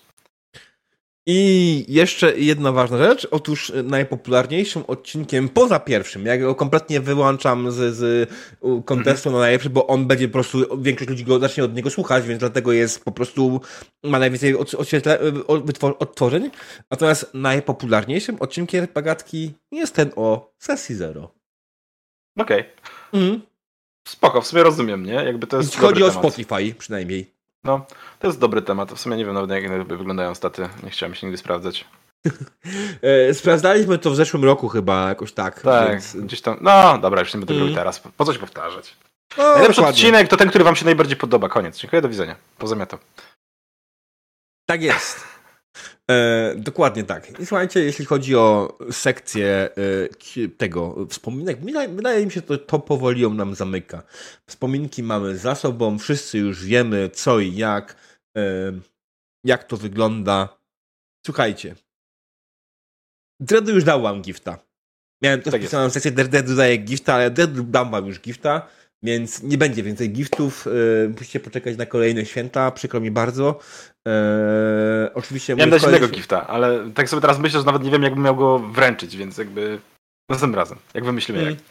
I jeszcze jedna ważna rzecz. Otóż najpopularniejszym odcinkiem poza pierwszym, ja go kompletnie wyłączam z kontekstu na najlepszy, bo on będzie po prostu, większość ludzi zacznie od niego słuchać, więc dlatego jest po prostu, ma najwięcej odtworzeń. Natomiast najpopularniejszym odcinkiem RPGatki jest ten o sesji 0. Okej. Spoko, w sumie rozumiem, nie? Jakby to jest jeśli chodzi o Spotify przynajmniej. No, to jest dobry temat. W sumie nie wiem nawet, jak wyglądają staty. Nie chciałem się nigdy sprawdzać. Sprawdzaliśmy to w zeszłym roku chyba, jakoś tak. Tak, więc... gdzieś tam. No, dobra, już nie będę robił teraz. Po coś powtarzać. No, najlepszy odcinek to ten, który wam się najbardziej podoba. Koniec. Dziękuję, do widzenia. Pozamiatam. Tak jest. Dokładnie tak. I słuchajcie, jeśli chodzi o sekcję tego wspominek, wydaje mi się, to powoli ją nam zamyka. Wspominki mamy za sobą, wszyscy już wiemy co i jak to wygląda. Słuchajcie. Dreadu już dał wam gifta. Miałem to wpisaną w sekcję, Dreadu daje gifta, ale Dreadu dał wam już gifta, więc nie będzie więcej giftów. Musicie poczekać na kolejne święta. Przykro mi bardzo. Oczywiście miałem dać innego gifta, ale tak sobie teraz myślę, że nawet nie wiem, jakbym miał go wręczyć, więc jakby następnym razem. Jak wymyślimy jak.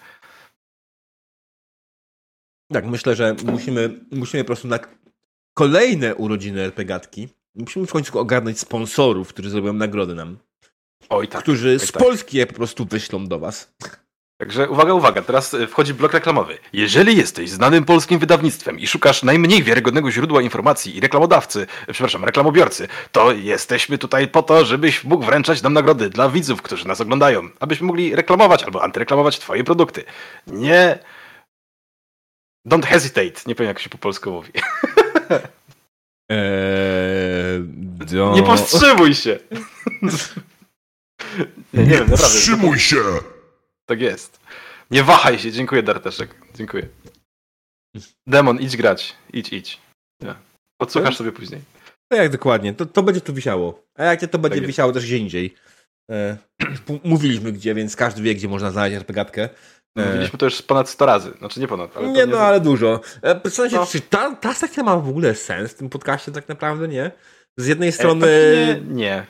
Tak, myślę, że musimy po prostu na kolejne urodziny RPGatki musimy w końcu ogarnąć sponsorów, którzy zrobią nagrody nam. Oj, tak. Którzy z Polski je po prostu wyślą do was. Także uwaga, teraz wchodzi blok reklamowy. Jeżeli jesteś znanym polskim wydawnictwem i szukasz najmniej wiarygodnego źródła informacji i reklamobiorcy, to jesteśmy tutaj po to, żebyś mógł wręczać nam nagrody dla widzów, którzy nas oglądają, abyśmy mogli reklamować albo antyreklamować twoje produkty. Nie... Don't hesitate. Nie powiem, jak się po polsku mówi. Nie powstrzymuj się! Nie wiem, naprawdę. Wstrzymuj się! Tak jest. Nie wahaj się. Dziękuję, Darteszek. Dziękuję. Demon, idź grać. Idź. Ja. Odsłuchasz sobie później. No jak dokładnie. To będzie tu wisiało. A jak nie, to będzie wisiało też gdzie indziej. Mówiliśmy gdzie, więc każdy wie, gdzie można znaleźć RPGatkę. Mówiliśmy to już ponad 100 razy. Znaczy nie ponad, ale... Nie, ale dużo. W sensie, czy ta sekcja ma w ogóle sens w tym podcaście tak naprawdę, nie? Z jednej strony... Nie.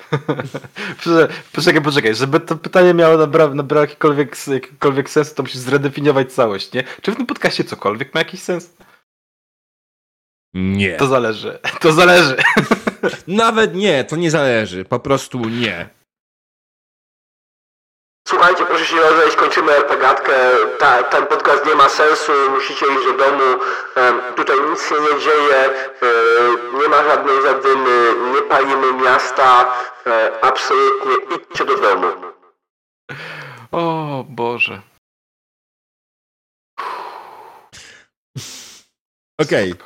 Poczekaj. Żeby to pytanie miało nabrało jakikolwiek sens, to musisz zredefiniować całość, nie? Czy w tym podcaście cokolwiek ma jakiś sens? Nie. To zależy. Nawet nie, to nie zależy. Po prostu nie. Słuchajcie, proszę się rozejść, kończymy RPGatkę, ten podcast nie ma sensu, musicie iść do domu, tutaj nic się nie dzieje, nie ma żadnej zadymy, nie palimy miasta, absolutnie idźcie do domu. O Boże. Okej.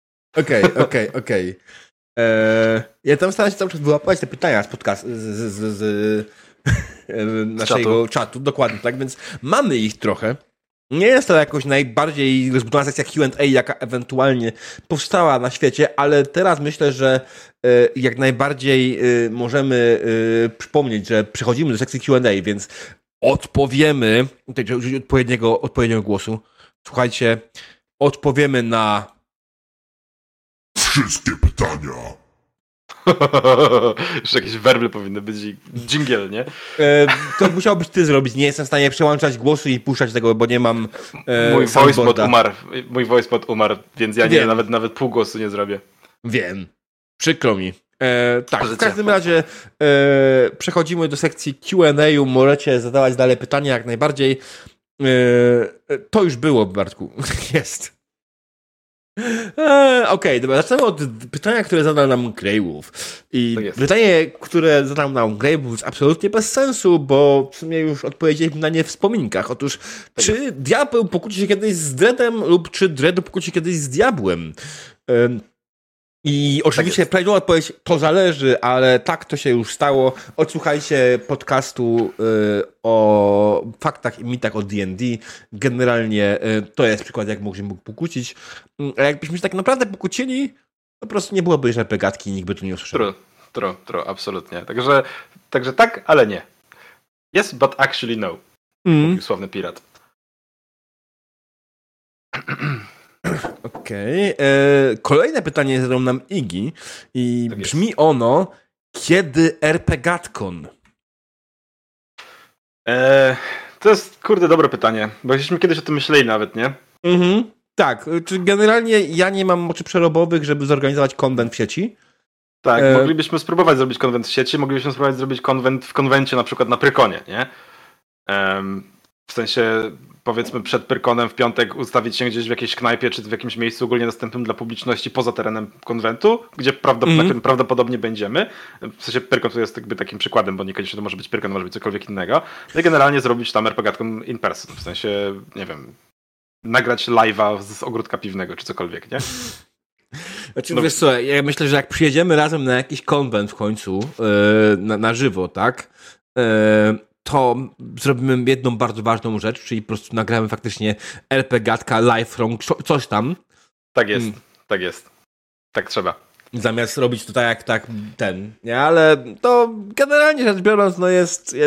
Ja tam staram się cały czas wyłapać te pytania z podcastu, z naszego czatu, dokładnie, tak, więc mamy ich trochę. Nie jest to jakoś najbardziej rozbudowana sekcja Q&A, jaka ewentualnie powstała na świecie, ale teraz myślę, że jak najbardziej możemy przypomnieć, że przechodzimy do sekcji Q&A, więc odpowiemy, tutaj użyć odpowiedniego głosu. Słuchajcie, odpowiemy na wszystkie pytania. Już jakieś werble powinny być i dżingiel, nie? To musiałbyś ty zrobić. Nie jestem w stanie przełączać głosu i puszczać tego, bo nie mam Mój voicebot umarł, więc ja nie, nawet pół głosu nie zrobię. Wiem. Przykro mi. Tak, w każdym razie przechodzimy do sekcji Q&A. Możecie zadawać dalej pytania jak najbardziej. To już było, Bartku. Jest. Okej, dobra, zaczynamy od pytania, które zadał nam Greywolf. I tak pytanie, które zadał nam Greywolf, jest absolutnie bez sensu, bo w sumie już odpowiedzieliśmy na nie w wspominkach. Otóż, czy diabeł pokłóci się kiedyś z Dreadem lub czy Dread pokłóci się kiedyś z diabłem? I oczywiście prawidłowa odpowiedź, to zależy, ale tak to się już stało. Odsłuchajcie podcastu o faktach i mitach o D&D. Generalnie to jest przykład, jak mogliśmy pokłócić. A jakbyśmy się tak naprawdę pokłócili, po prostu nie byłoby już RPGatki i nikt by tu nie usłyszał. True, absolutnie. Także tak, ale nie. Yes, but actually no. Mówił sławny pirat. Okej. Kolejne pytanie zadał nam Iggy i tak brzmi ono: kiedy RPGatkon? To jest, dobre pytanie, bo żeśmy kiedyś o tym myśleli nawet, nie? Tak, czy generalnie ja nie mam mocy przerobowych, żeby zorganizować konwent w sieci? Tak, moglibyśmy spróbować zrobić konwent w sieci, moglibyśmy spróbować zrobić konwent w konwencie, na przykład na Pyrkonie, nie? W sensie, powiedzmy, przed Pyrkonem w piątek ustawić się gdzieś w jakiejś knajpie, czy w jakimś miejscu ogólnie dostępnym dla publiczności poza terenem konwentu, gdzie na którym prawdopodobnie będziemy. W sensie Pyrkon to jest jakby takim przykładem, bo niekoniecznie to może być Pyrkon, może być cokolwiek innego. No i generalnie zrobić tam RPGatką in person, w sensie, nie wiem, nagrać live'a z ogródka piwnego, czy cokolwiek, nie? Znaczy, wiesz co, ja myślę, że jak przyjedziemy razem na jakiś konwent w końcu, na żywo, tak, to zrobimy jedną bardzo ważną rzecz, czyli po prostu nagramy faktycznie RPGatka live from coś tam. Tak jest, tak trzeba. Zamiast robić to tak nie? Ale to generalnie rzecz biorąc, no jest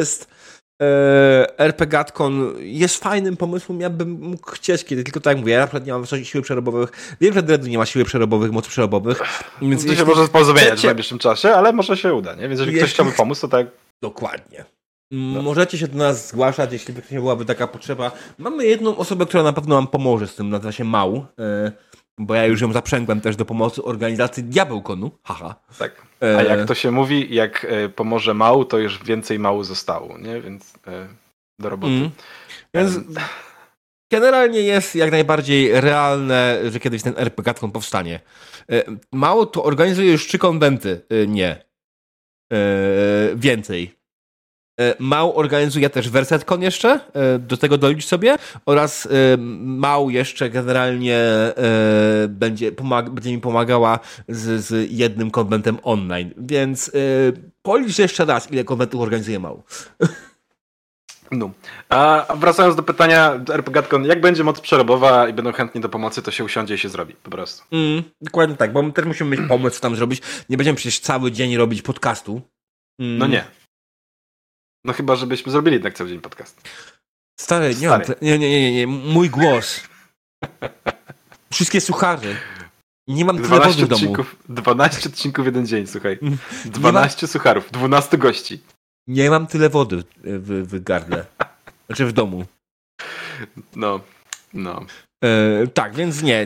RPG-atkon jest fajnym pomysłem, ja bym mógł chcieć kiedy, tylko tak jak mówię, ja na przykład nie mam wysokich siły przerobowych, wiem, że Dreadu nie ma siły przerobowych, mocy przerobowych, więc to się może porozumieć w najbliższym czasie, ale może się uda, nie? Więc jeżeli ktoś chciałby pomóc, to tak... Dokładnie. No. Możecie się do nas zgłaszać, jeśli byłaby taka potrzeba. Mamy jedną osobę, która na pewno nam pomoże z tym, nazywa się Mał, bo ja już ją zaprzęgłem też do pomocy organizacji Diabełkonu. Haha. Tak. A jak to się mówi, jak pomoże Mał, to już więcej Mału zostało, nie? Więc do roboty. Więc generalnie jest jak najbardziej realne, że kiedyś ten RPG-atkon powstanie. Mało to organizuje już 3 konwenty, nie. Więcej. Mał organizuje też Wersetkon jeszcze, do tego dolicz sobie, oraz Mał jeszcze generalnie będzie mi pomagała z jednym konwentem online, więc policz jeszcze raz, ile konwentów organizuje Mał. No. A wracając do pytania RPG-atkon, jak będzie moc przerobowa i będą chętni do pomocy, to się usiądzie i się zrobi, po prostu. Dokładnie tak, bo my też musimy mieć pomysł, co tam zrobić. Nie będziemy przecież cały dzień robić podcastu. No nie. No chyba, żebyśmy zrobili jednak cały dzień podcast. Stary, nie. Mój głos. Wszystkie suchary. Nie mam tyle wody w domu. 12 odcinków w jeden dzień, słuchaj. 12 sucharów, 12 gości. Nie mam tyle wody w gardle. Znaczy w domu. No. Tak, więc nie.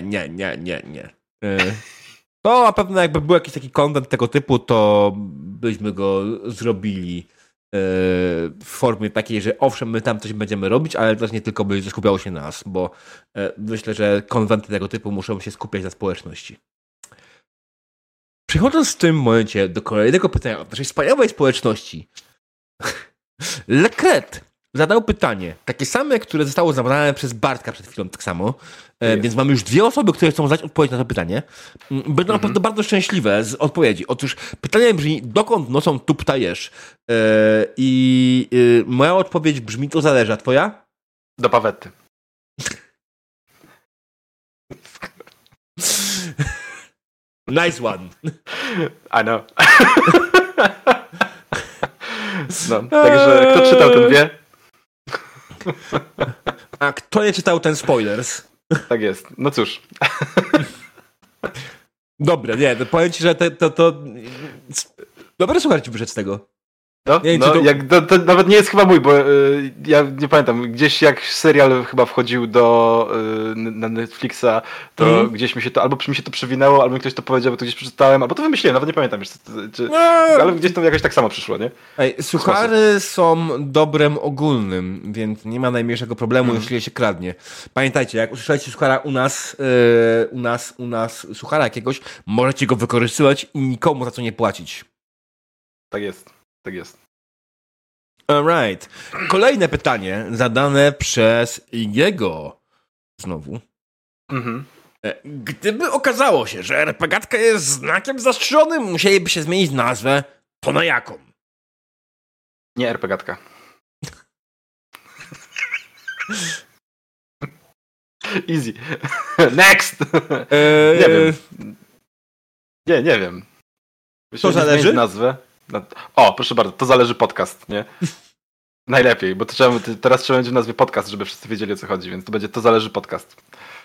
To na pewno jakby był jakiś taki content tego typu, to byśmy go zrobili w formie takiej, że owszem, my tam coś będziemy robić, ale też nie tylko by skupiało się na nas, bo myślę, że konwenty tego typu muszą się skupiać na społeczności. Przechodząc w tym momencie do kolejnego pytania od naszej wspaniałej społeczności. Lekret zadał pytanie, takie same, które zostało zadane przez Bartka przed chwilą, tak samo. Więc mamy już 2 osoby, które chcą zadać odpowiedź na to pytanie. Będą na pewno bardzo szczęśliwe z odpowiedzi. Otóż pytanie brzmi, dokąd nocą tu ptajesz? Moja odpowiedź brzmi, to zależy, a twoja? Do pawety. Nice one. I know. No, także kto czytał, ten wie. A kto nie czytał, ten spoilers. Tak jest. No cóż. Dobra, nie, to powiem ci, że to... Dobry słuchacz ci wyszedz z tego. No, nie, no to nawet nie jest chyba mój, bo ja nie pamiętam, gdzieś jak serial chyba wchodził na Netflixa, to gdzieś mi się to, albo mi się to przewinęło, albo mi ktoś to powiedział, bo to gdzieś przeczytałem, albo to wymyśliłem, nawet nie pamiętam już, ale gdzieś tam jakoś tak samo przyszło, nie? Ej, suchary są dobrem ogólnym, więc nie ma najmniejszego problemu, jeśli je się kradnie. Pamiętajcie, jak usłyszeliście suchara u nas suchara jakiegoś, możecie go wykorzystywać i nikomu za co nie płacić. Tak jest. Tak jest. Alright. Kolejne pytanie zadane przez Igiego. Znowu. Gdyby okazało się, że RPG-atka jest znakiem zastrzeżonym, musieliby się zmienić nazwę, to na jaką? Nie RPG-atka. Easy. Next! Nie wiem. Nie wiem. To zależy? Nazwę. O, proszę bardzo, to zależy podcast, nie? Najlepiej, bo teraz trzeba będzie w nazwie podcast, żeby wszyscy wiedzieli, o co chodzi, więc to będzie to zależy podcast.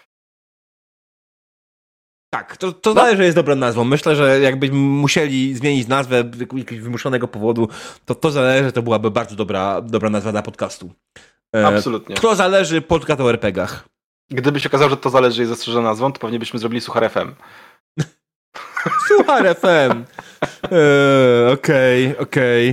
Tak, to zależy, jest dobrą nazwą. Myślę, że jakbyśmy musieli zmienić nazwę z jakiegoś wymuszonego powodu, to zależy, to byłaby bardzo dobra nazwa dla podcastu. Absolutnie. To zależy podcast o RPGach. Gdyby się okazało, że to zależy jest zastrzeżona nazwą, to pewnie byśmy zrobili Suchar FM. Suchar FM. Okej.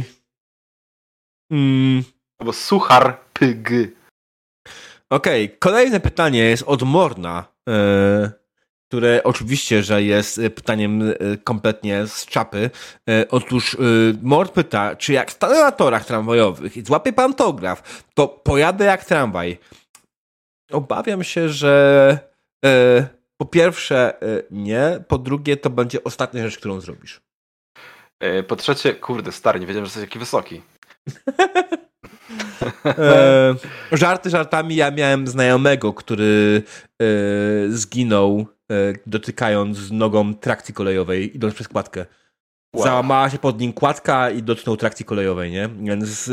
Albo Suchar PG. Okej, kolejne pytanie jest od Morna, które oczywiście, że jest pytaniem kompletnie z czapy. Otóż Mord pyta, czy jak stanę na torach tramwajowych i złapię pantograf, to pojadę jak tramwaj. Obawiam się, że po pierwsze nie, po drugie to będzie ostatnia rzecz, którą zrobisz. Po trzecie, kurde, stary, nie wiedziałem, że jesteś taki wysoki. Żarty żartami, ja miałem znajomego, który zginął dotykając nogą trakcji kolejowej, idąc przez kładkę. Wow. Załamała się pod nim kładka i dotknął trakcji kolejowej, nie? Więc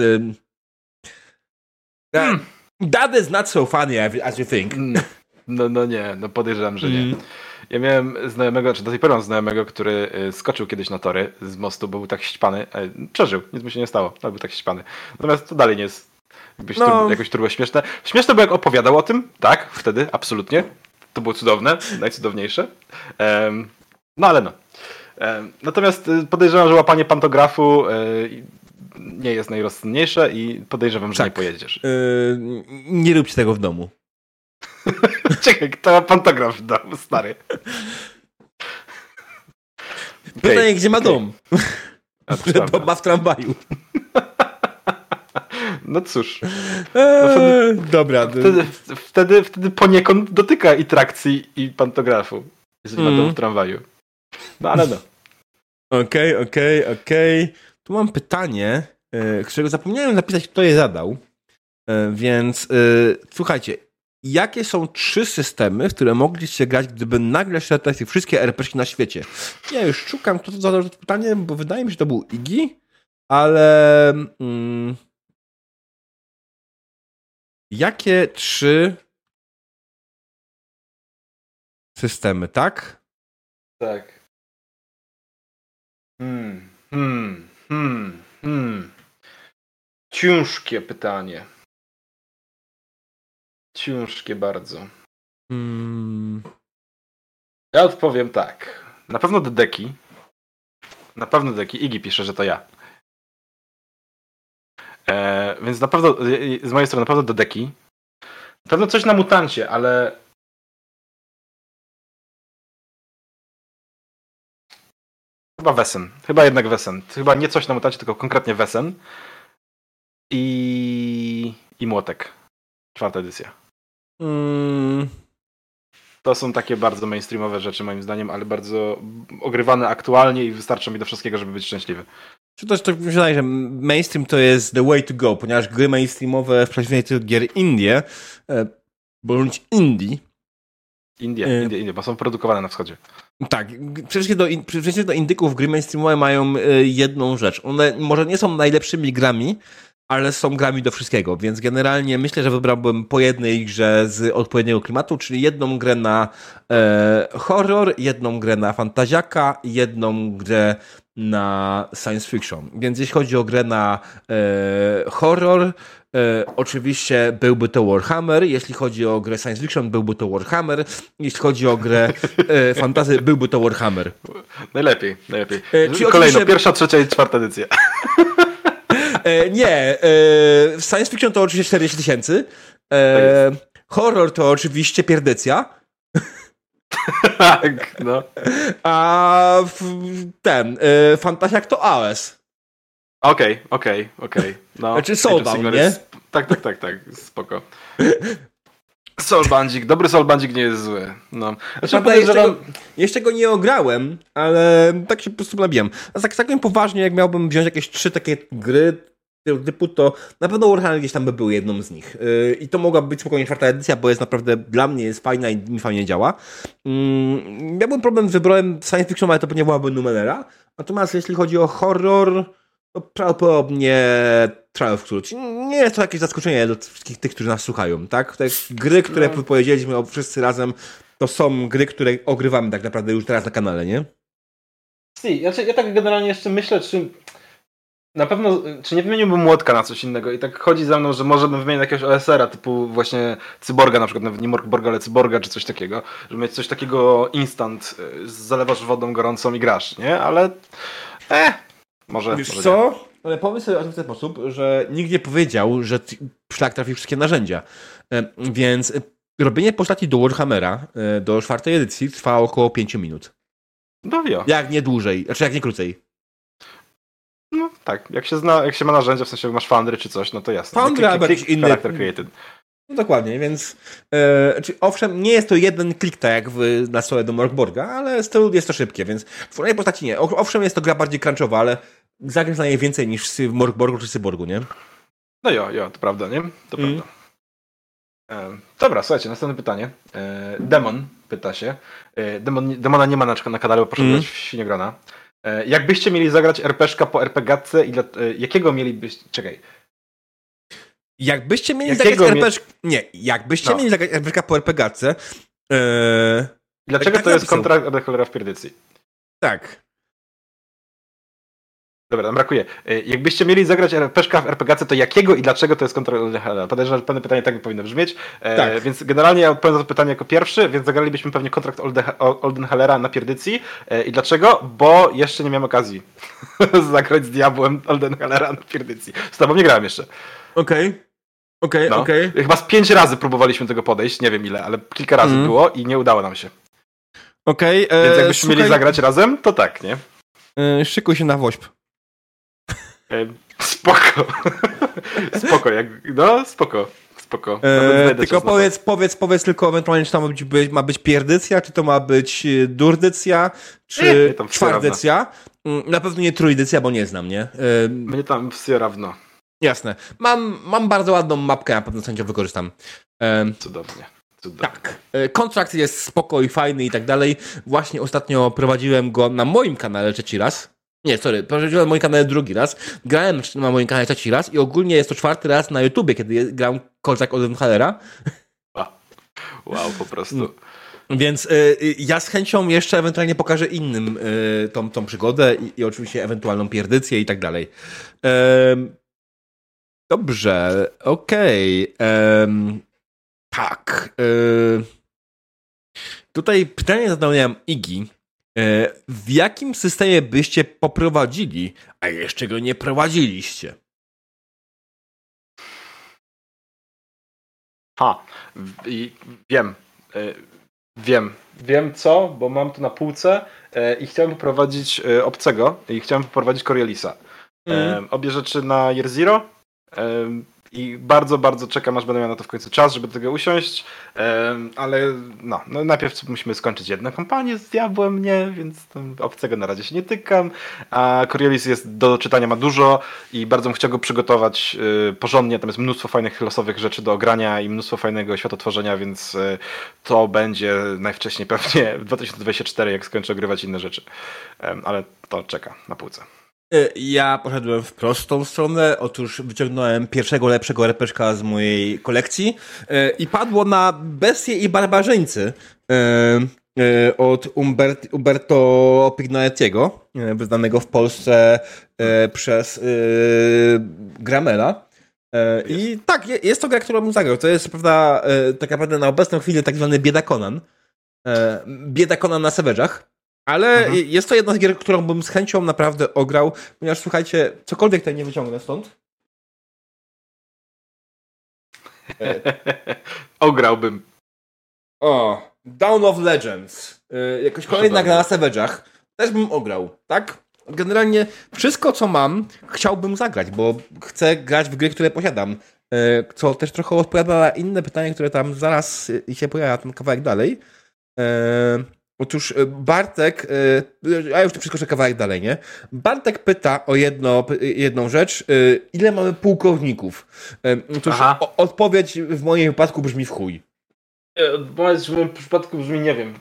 that is not so funny as you think. No nie, podejrzewam, że nie. Ja miałem znajomego, czy do tej pory mam znajomego, który skoczył kiedyś na tory z mostu, bo był tak ścipany. Przeżył, nic mu się nie stało, ale był tak ścipany. Natomiast to dalej nie jest jakoś turbo śmieszne. Śmieszne, bo jak opowiadał o tym, tak, wtedy, absolutnie. To było cudowne, najcudowniejsze. Natomiast podejrzewam, że łapanie pantografu nie jest najrozsądniejsze i podejrzewam, że nie pojedziesz. Nie róbcie tego w domu. Czekaj, kto ma pantograf w domu, stary? Pytanie, gdzie ma dom? Dom ma w tramwaju. No cóż. Dobra. Wtedy poniekąd dotyka i trakcji, i pantografu. Jeżeli ma dom w tramwaju. No ale no. Okej. Tu mam pytanie, którego zapomniałem napisać, kto je zadał. Więc słuchajcie. Jakie są 3 systemy, w które mogliście grać, gdyby nagle szedł wszystkie RPG na świecie? Ja już szukam, kto to zadał to pytanie, bo wydaje mi się, że to był Iggy, ale jakie 3 systemy, tak? Tak. Ciężkie pytanie. Ciężkie bardzo. Ja odpowiem tak. Na pewno Dedeki. Iggy pisze, że to ja. Więc na pewno z mojej strony na pewno Dedeki. Na pewno coś na Mutancie, ale chyba Wesen. Chyba jednak Wesen. Chyba nie coś na Mutancie, tylko konkretnie Wesen. I Młotek. 4. edycja. To są takie bardzo mainstreamowe rzeczy moim zdaniem, ale bardzo ogrywane aktualnie i wystarcza mi do wszystkiego, żeby być szczęśliwy. Czy też tak mi się wydaje, że mainstream to jest the way to go, ponieważ gry mainstreamowe w przeciwieństwie do gier indie, bądź Indie, bo są produkowane na wschodzie. Tak, przecież do indyków gry mainstreamowe mają jedną rzecz. One może nie są najlepszymi grami, ale są grami do wszystkiego, więc generalnie myślę, że wybrałbym po jednej grze z odpowiedniego klimatu, czyli jedną grę na horror, jedną grę na fantaziaka, jedną grę na science fiction. Więc jeśli chodzi o grę na horror, oczywiście byłby to Warhammer, jeśli chodzi o grę science fiction, byłby to Warhammer, jeśli chodzi o grę fantasy, byłby to Warhammer. Najlepiej. Kolejno, 1., 3. i 4. edycja. Nie, science fiction to oczywiście 40 000. Horror to oczywiście pierdycja. Tak, no. A fantasiak to AOS. Okej. No. Znaczy Soulbound, nie? Tak, spoko. Soulbandzik, dobry Soulbandzik nie jest zły. No. Jeszcze go nie ograłem, ale tak się po prostu nabijam. A tak całkiem poważnie, jak miałbym wziąć jakieś 3 takie gry typu, to na pewno Warhammer gdzieś tam by był jedną z nich. I to mogła być spokojnie 4. edycja, bo jest naprawdę, dla mnie jest fajna i mi fajnie działa. Miałbym problem z wyborem science fiction, ale to nie byłaby Numenera. Natomiast jeśli chodzi o horror, to prawdopodobnie Trial of Cthulhu. Nie jest to jakieś zaskoczenie dla wszystkich tych, którzy nas słuchają, tak? Te gry, które powiedzieliśmy wszyscy razem, to są gry, które ogrywamy tak naprawdę już teraz na kanale, nie? Ja tak generalnie jeszcze myślę, czy na pewno, czy nie wymieniłbym Młotka na coś innego i tak chodzi za mną, że może bym wymienił jakiegoś OSR-a typu właśnie Cyborga na przykład, nawet nie Morkborga, ale Cyborga czy coś takiego, żeby mieć coś takiego instant, zalewasz wodą gorącą i grasz, nie? Ale może. Wiesz co? Ale pomyśl sobie o tym w ten sposób, że nikt nie powiedział, że szlak trafi wszystkie narzędzia. Więc robienie postaci do Warhammera, do 4. edycji trwa około 5 minut. Jak nie dłużej, znaczy jak nie krócej. No tak, jak się ma narzędzia, w sensie jak masz Foundry czy coś, no to jasne. Foundry albo jakiś inny. Character created. No dokładnie, więc owszem, nie jest to jeden klik tak jak na stole do Morkborga, ale jest to szybkie, więc w formie postaci nie. Owszem, jest to gra bardziej crunchowa, ale zagrasz na niej więcej niż w Morkborgu czy Cyborgu, nie? No jo, to prawda, nie? To prawda. Dobra, słuchajcie, następne pytanie. Demon pyta się. Demona nie ma na kanale, bo proszę grać w Świniogrona. Jakbyście mieli zagrać RPG po RPG-ce i jakiego mielibyście... Czekaj. Jakbyście mieli zagrać RPG... Nie, jakbyście mieli zagrać RPG po RPG-ce... Dlaczego to jest kontrakt od cholera w pierdycji? Tak. Dobra, nam brakuje. Jakbyście mieli zagrać RPG w RPG-ce, to jakiego i dlaczego to jest kontrakt od Hellera? Podejrzewam, że pewne pytanie tak by powinno brzmieć. Tak. Więc generalnie ja odpowiem na to pytanie jako pierwszy, więc zagralibyśmy pewnie kontrakt Olden Hellera na pierdycji. I dlaczego? Bo jeszcze nie miałem okazji zagrać z diabłem Olden Hellera na pierdycji. Z tobą nie grałem jeszcze. Okej. Chyba z 5 razy próbowaliśmy tego podejść, nie wiem ile, ale kilka razy było i nie udało nam się. Więc jakbyśmy mieli zagrać razem, to tak, nie? Szykuj się na WOŚP. Spoko. Spoko. Tylko powiedz tylko ewentualnie, czy tam ma być pierdycja, czy to ma być durdycja, czy czwardycja. Na pewno nie trójdycja, bo nie znam, nie? Mnie tam wsie równo. Jasne. Mam bardzo ładną mapkę, na pewno sędzia wykorzystam. Cudownie. Tak. Kontrakt jest spoko i fajny i tak dalej. Właśnie ostatnio prowadziłem go na moim kanale trzeci raz. Nie, prowadziłem na moim kanale drugi raz. Grałem na moim kanale trzeci raz i ogólnie jest to czwarty raz na YouTubie, kiedy grałem kontrakt od Hellera. Wow, po prostu. Więc ja z chęcią jeszcze ewentualnie pokażę innym tą przygodę i oczywiście ewentualną pierdycję i tak dalej. Dobrze, okej. Tak. Tutaj pytanie zadałem Iggy. W jakim systemie byście poprowadzili, a jeszcze go nie prowadziliście? Wiem co, bo mam to na półce i chciałem poprowadzić obcego i chciałem poprowadzić Coriolisa. Obie rzeczy na Year Zero. I bardzo, bardzo czekam, aż będę miał na to w końcu czas, żeby do tego usiąść, ale no najpierw musimy skończyć jedną kampanię z diabłem, nie, więc obcego na razie się nie tykam, a Coriolis jest do czytania, ma dużo i bardzo bym chciał go przygotować porządnie, tam jest mnóstwo fajnych losowych rzeczy do ogrania i mnóstwo fajnego światotworzenia, więc to będzie najwcześniej pewnie w 2024, jak skończę ogrywać inne rzeczy, ale to czeka na półce. Ja poszedłem w prostą stronę. Otóż wyciągnąłem pierwszego lepszego RPG z mojej kolekcji i padło na Bestie i Barbarzyńcy od Umberto Pignatelliego, wyznanego w Polsce przez Gramela. I tak, jest to gra, którą bym zagrał. To jest, prawda, tak naprawdę na obecną chwilę tak zwany Bieda Conan. Bieda Conan na Savage'ach. Ale jest to jedna z gier, którą bym z chęcią naprawdę ograł, ponieważ słuchajcie, cokolwiek tutaj nie wyciągnę stąd. Ograłbym. Dawn of Legends. Jakoś kolejna gra na Savage'ach. Też bym ograł, tak? Generalnie wszystko, co mam, chciałbym zagrać, bo chcę grać w gry, które posiadam. Co też trochę odpowiada na inne pytanie, które tam zaraz się pojawia ten kawałek dalej. Otóż Bartek, a już tu przeskoczę kawałek dalej, nie? Bartek pyta o jedną rzecz. Ile mamy pułkowników? Otóż odpowiedź w moim wypadku brzmi w chuj. Odpowiedź w moim przypadku brzmi nie wiem.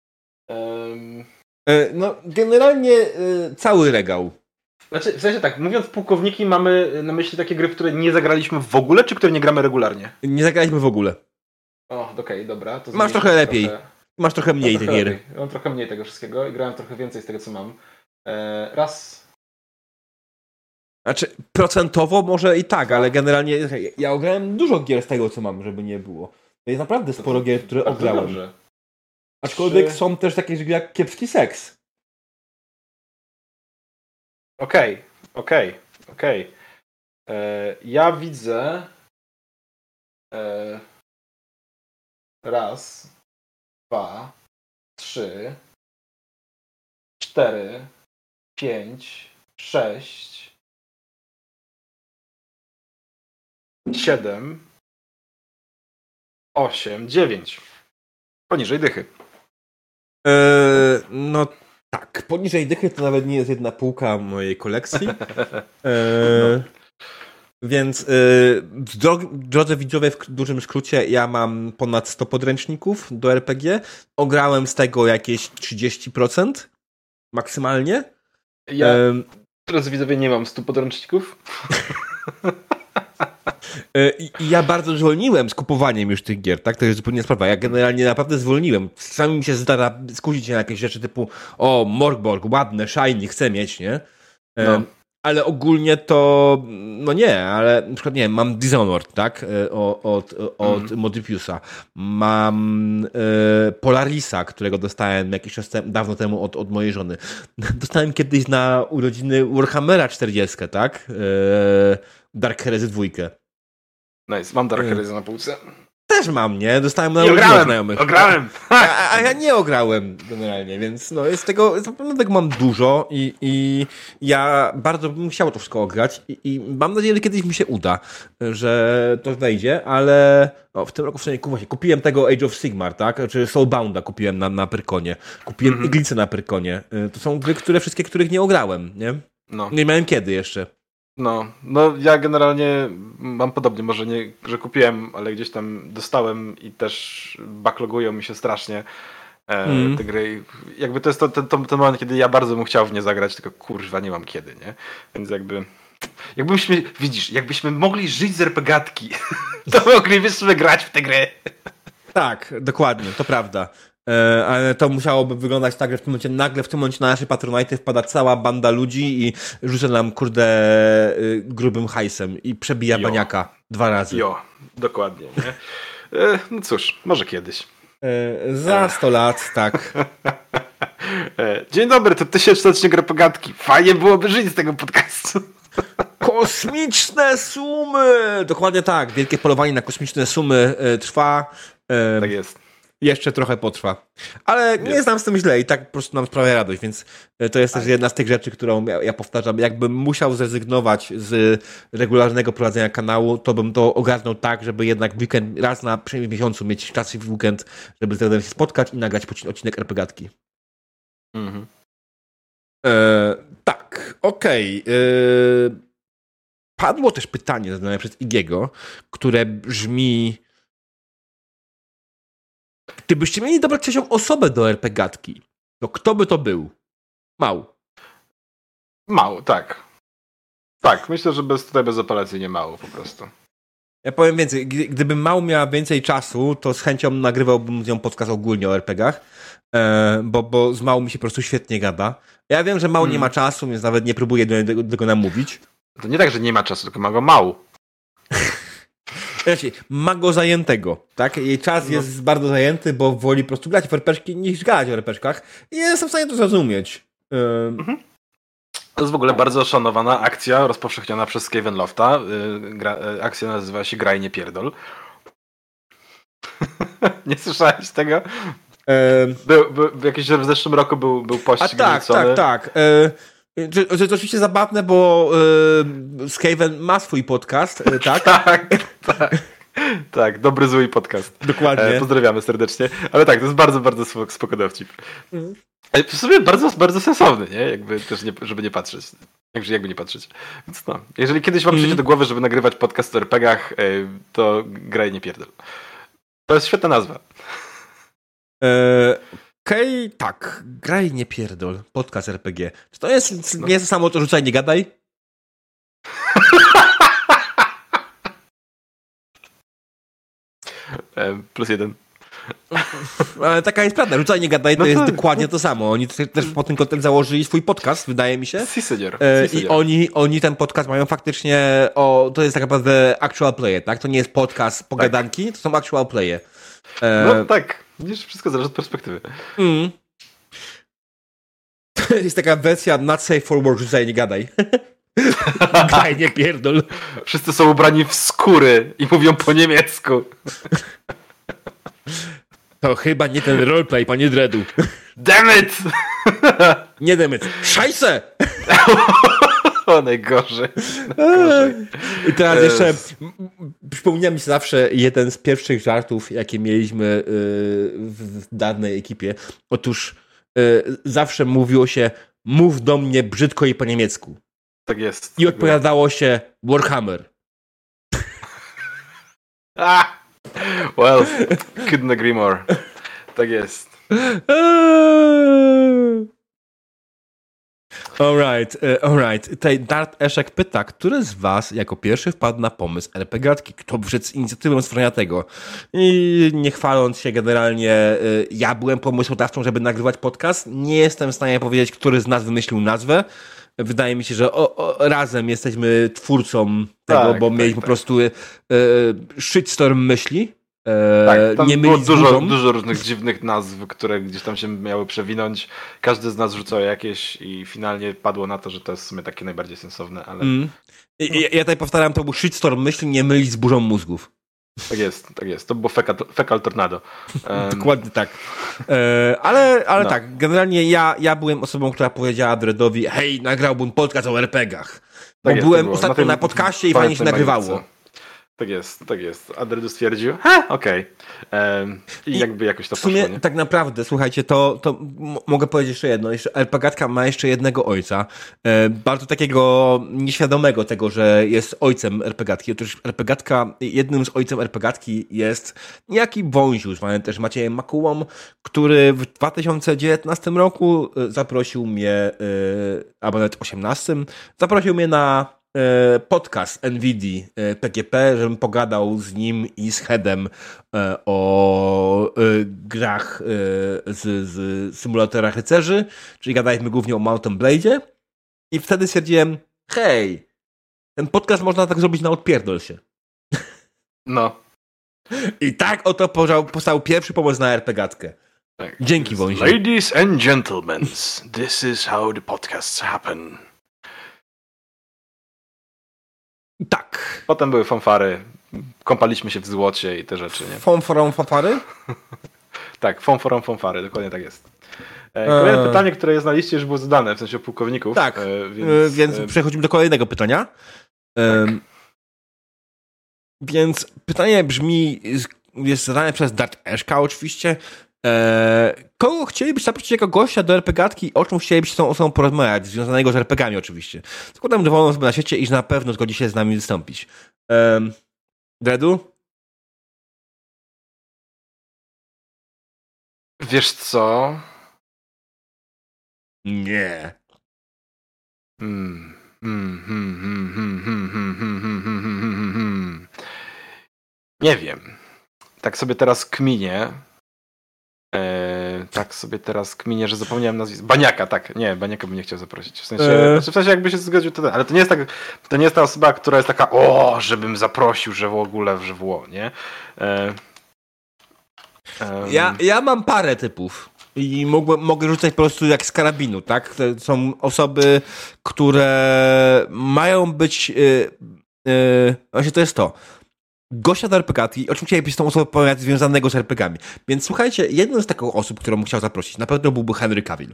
No, generalnie cały regał. Znaczy, w sensie tak, mówiąc pułkowniki, mamy na myśli takie gry, w które nie zagraliśmy w ogóle, czy które nie gramy regularnie? Nie zagraliśmy w ogóle. Okej, dobra. To masz trochę lepiej. Masz trochę mniej tych gier. Mam trochę mniej tego wszystkiego i grałem trochę więcej z tego, co mam. Raz. Znaczy, procentowo może i tak, ale generalnie ja ograłem dużo gier z tego, co mam, żeby nie było. To jest naprawdę sporo gier, które ograłem. Dobrze. Aczkolwiek są też takie gry jak Kiepski Seks. Okej. Ja widzę raz, 2, 3, 4, 5, 6, 7, 8, 9. Poniżej dychy. No tak, poniżej dychy to nawet nie jest jedna półka mojej kolekcji. Więc drodzy widzowie, w dużym skrócie, ja mam ponad 100 podręczników do RPG. Ograłem z tego jakieś 30% maksymalnie. Ja, drodzy widzowie, nie mam 100 podręczników. I ja bardzo zwolniłem z kupowaniem już tych gier, tak? To jest zupełnie sprawa. Ja generalnie naprawdę zwolniłem. Czasami mi się zdarza skusić się na jakieś rzeczy typu Morgborg, ładne, shiny, chcę mieć, nie? No. Ale ogólnie to, no nie, ale na przykład, nie wiem, mam Dishonored, tak? Od Modifiusa. Mam Polarisa, którego dostałem jakiś czas dawno temu od mojej żony. Dostałem kiedyś na urodziny Warhammera 40, tak? Dark Heresy 2. Nice, mam Dark Heresy na półce. Też mam, nie? Dostałem na urodziny znajomych. Ograłem! A ja nie ograłem generalnie, więc no jest tego mam dużo i ja bardzo bym chciał to wszystko ograć i mam nadzieję, że kiedyś mi się uda, że to wejdzie, ale w tym roku w sumie kupiłem tego Age of Sigmar, tak? Czy Soulbounda kupiłem na Pyrkonie. Kupiłem Iglicę na Pyrkonie. To są gry, których nie ograłem, nie? No. Nie miałem kiedy jeszcze. No ja generalnie mam podobnie, może nie, że kupiłem, ale gdzieś tam dostałem i też backlogują mi się strasznie te gry. Jakby to jest ten moment, kiedy ja bardzo bym chciał w nie zagrać, tylko kurwa nie mam kiedy, nie? Więc jakbyśmy mogli żyć z RPGatki, to moglibyśmy grać w te gry. Tak, dokładnie, to prawda. Ale to musiałoby wyglądać tak, że nagle w tym momencie na nasze Patronite wpada cała banda ludzi i rzuca nam, grubym hajsem i przebija baniaka 2 razy. Dokładnie, nie? No cóż, może kiedyś. Za 100 lat, tak. Dzień dobry, to 1000 odcinek RPGatki. Fajnie byłoby żyć z tego podcastu. Kosmiczne sumy! Dokładnie tak, wielkie polowanie na kosmiczne sumy trwa. Tak jest. Jeszcze trochę potrwa. Ale nie znam z tym źle i tak po prostu nam sprawia radość, więc to jest też jedna z tych rzeczy, którą ja powtarzam. Jakbym musiał zrezygnować z regularnego prowadzenia kanału, to bym to ogarnął tak, żeby jednak w weekend, raz na przynajmniej w miesiącu mieć czas w weekend, żeby z Redem się spotkać i nagrać odcinek RPGatki. Tak, okej. Padło też pytanie zadane przez Igiego, które brzmi: gdybyście mieli dobrać trzecią osobę do RPGatki, to kto by to był? Mał, tak. Tak, myślę, że bezapelacyjnie Mał po prostu. Ja powiem więcej. Gdyby Mał miała więcej czasu, to z chęcią nagrywałbym z nią podcast ogólnie o RPGach, bo z Mał mi się po prostu świetnie gada. Ja wiem, że Mał nie ma czasu, więc nawet nie próbuję do tego namówić. To nie tak, że nie ma czasu, tylko ma go Mał. Znaczy, ma go zajętego, tak? Jej czas jest bardzo zajęty, bo woli po prostu grać w RPGki niż grać w RPGkach i ja jestem w stanie to zrozumieć. To jest w ogóle bardzo szanowana akcja rozpowszechniona przez Skavenlofta. Akcja nazywa się Graj nie pierdol. Nie słyszałeś tego? Jakiś w zeszłym roku był pościg wrzucony. Tak. To jest oczywiście zabawne, bo Skaven ma swój podcast, tak? Tak, dobry, zły podcast. Dokładnie. Pozdrawiamy serdecznie. Ale tak, to jest bardzo, bardzo spoko dowcip. W sumie bardzo, bardzo sensowny, nie? Jakby też żeby nie patrzeć. Jakby nie patrzeć. Więc no, jeżeli kiedyś wam przyjdzie do głowy, żeby nagrywać podcast o RPGach, to Graj nie pierdol. To jest świetna nazwa. Okej, tak. Graj nie pierdol. Podcast RPG. Czy to jest nie jest to samo, to rzucaj, nie gadaj? +1. Ale taka jest prawda. Rzucaj, nie gadaj, to jest dokładnie to samo. Oni też po tym kątem założyli swój podcast, wydaje mi się. Si, senior. I oni ten podcast mają faktycznie to jest tak naprawdę actual playe, tak? To nie jest podcast pogadanki, to są actual playe. No tak. Widzisz, wszystko zależy od perspektywy. To jest taka wersja not safe for work, rzucaj, nie gadaj. Graj, nie pierdol. Wszyscy są ubrani w skóry i mówią po niemiecku. To chyba nie ten roleplay, panie Dredu. Damn it! Nie damn it. Szajse! O, najgorzej. I teraz jeszcze przypomina mi się zawsze jeden z pierwszych żartów, jakie mieliśmy w danej ekipie. Otóż zawsze mówiło się: mów do mnie brzydko i po niemiecku. Tak jest. I odpowiadało się Warhammer. Well, couldn't agree more. Tak jest. Alright. Tutaj Dart Eszek pyta, który z was jako pierwszy wpadł na pomysł RPGatki? Kto wszedł z inicjatywą stworzenia tego? I nie chwaląc się generalnie, ja byłem pomysłodawcą, żeby nagrywać podcast. Nie jestem w stanie powiedzieć, który z nas wymyślił nazwę. Wydaje mi się, że razem jesteśmy twórcą tego, bo mieliśmy po prostu shitstorm myśli. Tam nie było mylić dużo różnych dziwnych nazw, które gdzieś tam się miały przewinąć. Każdy z nas rzucał jakieś i finalnie padło na to, że to jest w sumie takie najbardziej sensowne, ale... Ja tutaj powtarzam, to był shitstorm myśli, nie mylić z burzą mózgów. Tak jest. To było fecal tornado. Dokładnie tak. Ale no. Tak, generalnie ja byłem osobą, która powiedziała Dreadowi, hej, nagrałbym podcast o RPG-ach. Bo byłem ostatnio na podcaście i fajnie się nagrywało. Tak jest. A Dreadu stwierdził, okej. I jakby jakoś to w sumie, poszło, nie? Tak naprawdę, słuchajcie, to mogę powiedzieć jeszcze jedno. RPGatka ma jeszcze jednego ojca. Bardzo takiego nieświadomego tego, że jest ojcem RPGatki. Otóż jednym z ojcem RPGatki jest niejaki wąziu, zwany też Maciejem Makułą, który w 2019 roku zaprosił mnie, albo nawet 2018, zaprosił mnie na podcast NVIDII PGP, żebym pogadał z nim i z Headem o grach z symulatorach rycerzy, czyli gadaliśmy głównie o Mountain Blade'zie i wtedy stwierdziłem, hej, ten podcast można tak zrobić na odpierdol się. No. I tak oto powstał pierwszy pomysł na RPGatkę. Tak. Dzięki, Wąziu. Ladies and gentlemen, this is how the podcasts happen. Tak. Potem były fanfary, kąpaliśmy się w złocie i te rzeczy, nie? Fanfary? Tak, fanfary, dokładnie tak jest. Kolejne pytanie, które jest na liście, już było zadane, w sensie o pułkowników. Tak, więc przechodzimy do kolejnego pytania. Tak. Więc pytanie brzmi, jest zadane przez Dart Eszka oczywiście. Kogo chcielibyś zaprosić jako gościa do RPGatki i o czym chcielibyś z tą osobą porozmawiać, związanego z RPGami oczywiście. Zakładam dowolną osobę na świecie i że na pewno zgodzi się z nami wystąpić. Dreadu? Wiesz co? Nie. Nie wiem. Tak sobie teraz kminię, że zapomniałem nazwiska. Baniaka, tak. Nie, Baniaka bym nie chciał zaprosić. W sensie jakby się zgodził, to ale to nie jest tak, to nie jest ta osoba, która jest taka, żebym zaprosił, że w ogóle, że nie? Ja mam parę typów. I mogę rzucać po prostu jak z karabinu, tak? To są osoby, które mają być... właśnie to jest to. Gościa do RPGatki, o czym chcielibyś z tą osobą powiedzieć związanego z RPGami. Więc słuchajcie, jedną z takich osób, którą bym chciał zaprosić, na pewno byłby Henry Cavill.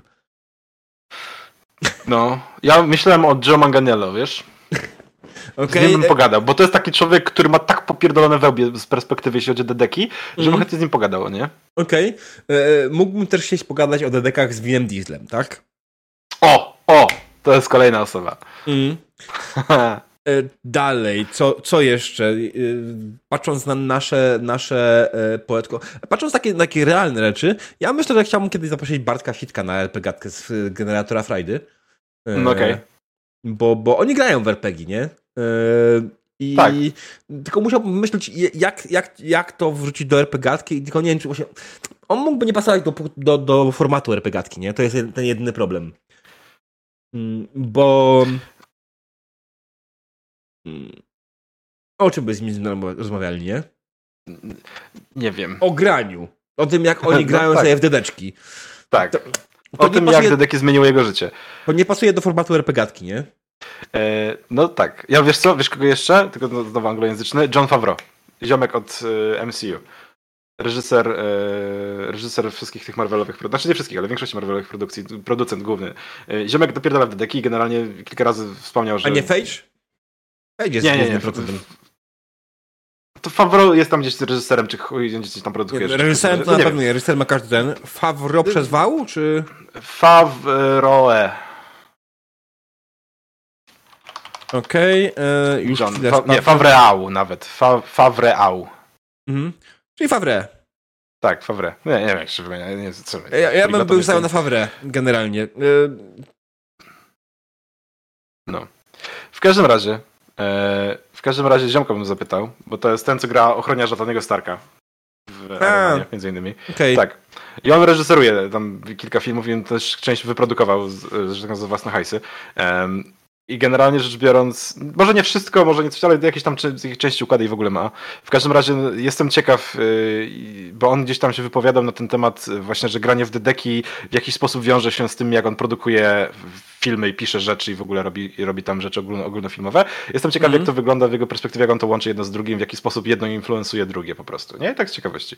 No, ja myślałem o Joe Manganiello, wiesz? Okay. Z nim bym pogadał, bo to jest taki człowiek, który ma tak popierdolone wełbie z perspektywy, jeśli chodzi o dedeki, że bym chętnie z nim pogadał, nie? Okej. Mógłbym też chcieć pogadać o dedekach z Vinem Dieslem, tak? To jest kolejna osoba. Dalej, co jeszcze? Patrząc na nasze poletko, patrząc na takie realne rzeczy, ja myślę, że chciałbym kiedyś zaprosić Bartka Sitka na RPGatkę z generatora Frajdy. Okej. Bo oni grają w RPG, nie? I tak. Tylko musiałbym myśleć, jak to wrzucić do RPGatki i tylko nie wiem, czy właśnie... On mógłby nie pasować do formatu RPGatki, nie? To jest ten jedyny problem. Bo... O czym by z nim rozmawiali, nie? Nie wiem. O graniu. O tym, jak oni grają sobie w dedeczki. Tak. O tym, jak dedeki zmieniły jego życie. To nie pasuje do formatu RPGatki, nie? No tak. Ja wiesz co? Wiesz kogo jeszcze? Tylko znowu anglojęzyczny. John Favreau. Ziomek od MCU. Reżyser wszystkich tych Marvelowych produkcji. Znaczy nie wszystkich, ale większości Marvelowych produkcji. Producent główny. Ziomek dopierdala w dedeki i generalnie kilka razy wspomniał, że... A nie Phage? Phage jest głównym producentem. To Favreau jest tam gdzieś reżyserem, czy gdzieś tam produkuje. Reżyserem to na pewno nie. Reżyser ma każdy ten. Favreau przez wał, czy... Favreau. Okej. Nie, Favreau nawet. Favreau. Czyli Favre. Tak, Favre. Nie wiem, jak się wymienia. Ja bym był cały na Favre, generalnie. No. W każdym razie ziomka bym zapytał, bo to jest ten, co gra ochroniarza Tonego Starka w Iron między innymi. Okay. Tak. I on reżyseruje tam kilka filmów i on też część wyprodukował za własne hajsy. I generalnie rzecz biorąc, może nie wszystko, może nie coś, ale jakieś tam części układy i w ogóle ma. W każdym razie jestem ciekaw, bo on gdzieś tam się wypowiadał na ten temat właśnie, że granie w dedeki w jakiś sposób wiąże się z tym, jak on produkuje filmy i pisze rzeczy i w ogóle robi tam rzeczy ogólnofilmowe. Jestem ciekaw, jak to wygląda w jego perspektywie, jak on to łączy jedno z drugim, w jaki sposób jedno influencuje drugie po prostu. Nie? Tak z ciekawości.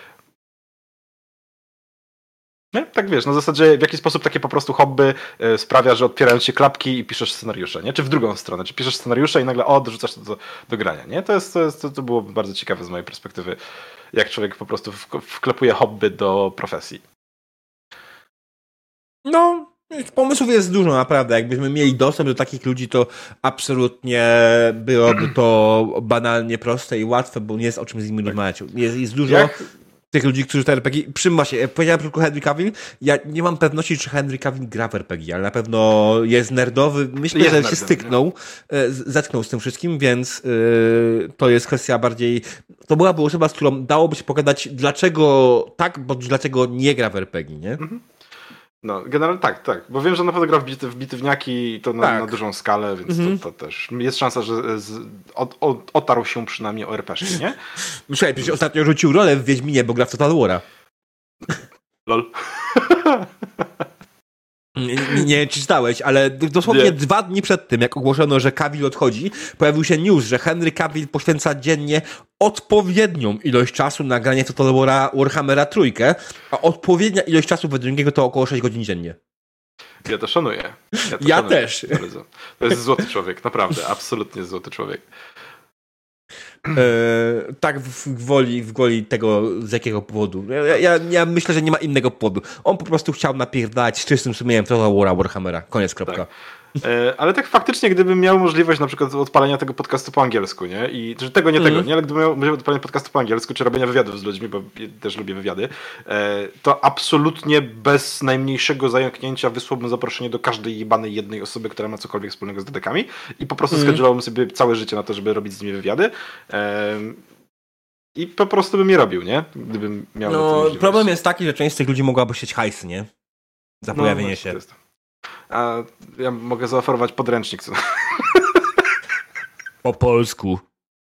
Nie? Tak wiesz, na zasadzie w jaki sposób takie po prostu hobby sprawia, że odpierają ci klapki i piszesz scenariusze, nie? Czy w drugą stronę, czy piszesz scenariusze i nagle dorzucasz to do grania, nie? To było bardzo ciekawe z mojej perspektywy, jak człowiek po prostu wklepuje hobby do profesji. No, pomysłów jest dużo, naprawdę. Jakbyśmy mieli dostęp do takich ludzi, to absolutnie byłoby to banalnie proste i łatwe, bo nie jest o czym z nimi rozmawiać. Jest dużo tych ludzi, którzy te RPG... Powiedziałem tylko Henry Cavill, ja nie mam pewności, czy Henry Cavill gra w RPG, ale na pewno jest nerdowy. Myślę, że się zetknął z tym wszystkim, więc to jest kwestia bardziej... To byłaby osoba, z którą dałoby się pogadać, dlaczego tak, bądź dlaczego nie gra w RPG, nie? No, generalnie tak, bo wiem, że na pewno gra w bitewniaki i to na dużą skalę, więc to też jest szansa, że otarł się przynajmniej o RPG, nie? Słuchaj, przecież ostatnio rzucił rolę w Wiedźminie, bo gra w Total War'a. Lol. Nie czytałeś, ale dosłownie 2 dni przed tym, jak ogłoszono, że Cavill odchodzi, pojawił się news, że Henry Cavill poświęca dziennie odpowiednią ilość czasu na granie Total Warhammera 3, a odpowiednia ilość czasu według niego to około 6 godzin dziennie. Ja to szanuję. Ja też. Bardzo. To jest złoty człowiek, naprawdę, absolutnie złoty człowiek. Tak w gwoli tego, z jakiego powodu. Ja myślę, że nie ma innego powodu. On po prostu chciał napierdać z czystym sumieniem Total Warhammera. Koniec, kropka. Tak. Ale tak faktycznie, gdybym miał możliwość na przykład odpalenia tego podcastu po angielsku, nie? I że tego, ale gdybym miał możliwość odpalenia podcastu po angielsku, czy robienia wywiadów z ludźmi, bo też lubię wywiady, to absolutnie bez najmniejszego zająknięcia wysłałbym zaproszenie do każdej jebanej jednej osoby, która ma cokolwiek wspólnego z dedekami i po prostu schedulowałbym sobie całe życie na to, żeby robić z nimi wywiady. I po prostu bym je robił, nie? Gdybym miał możliwość. Problem jest taki, że część z tych ludzi mogłaby chcieć hajsy, nie? Za pojawienie się. A ja mogę zaoferować podręcznik. Po polsku.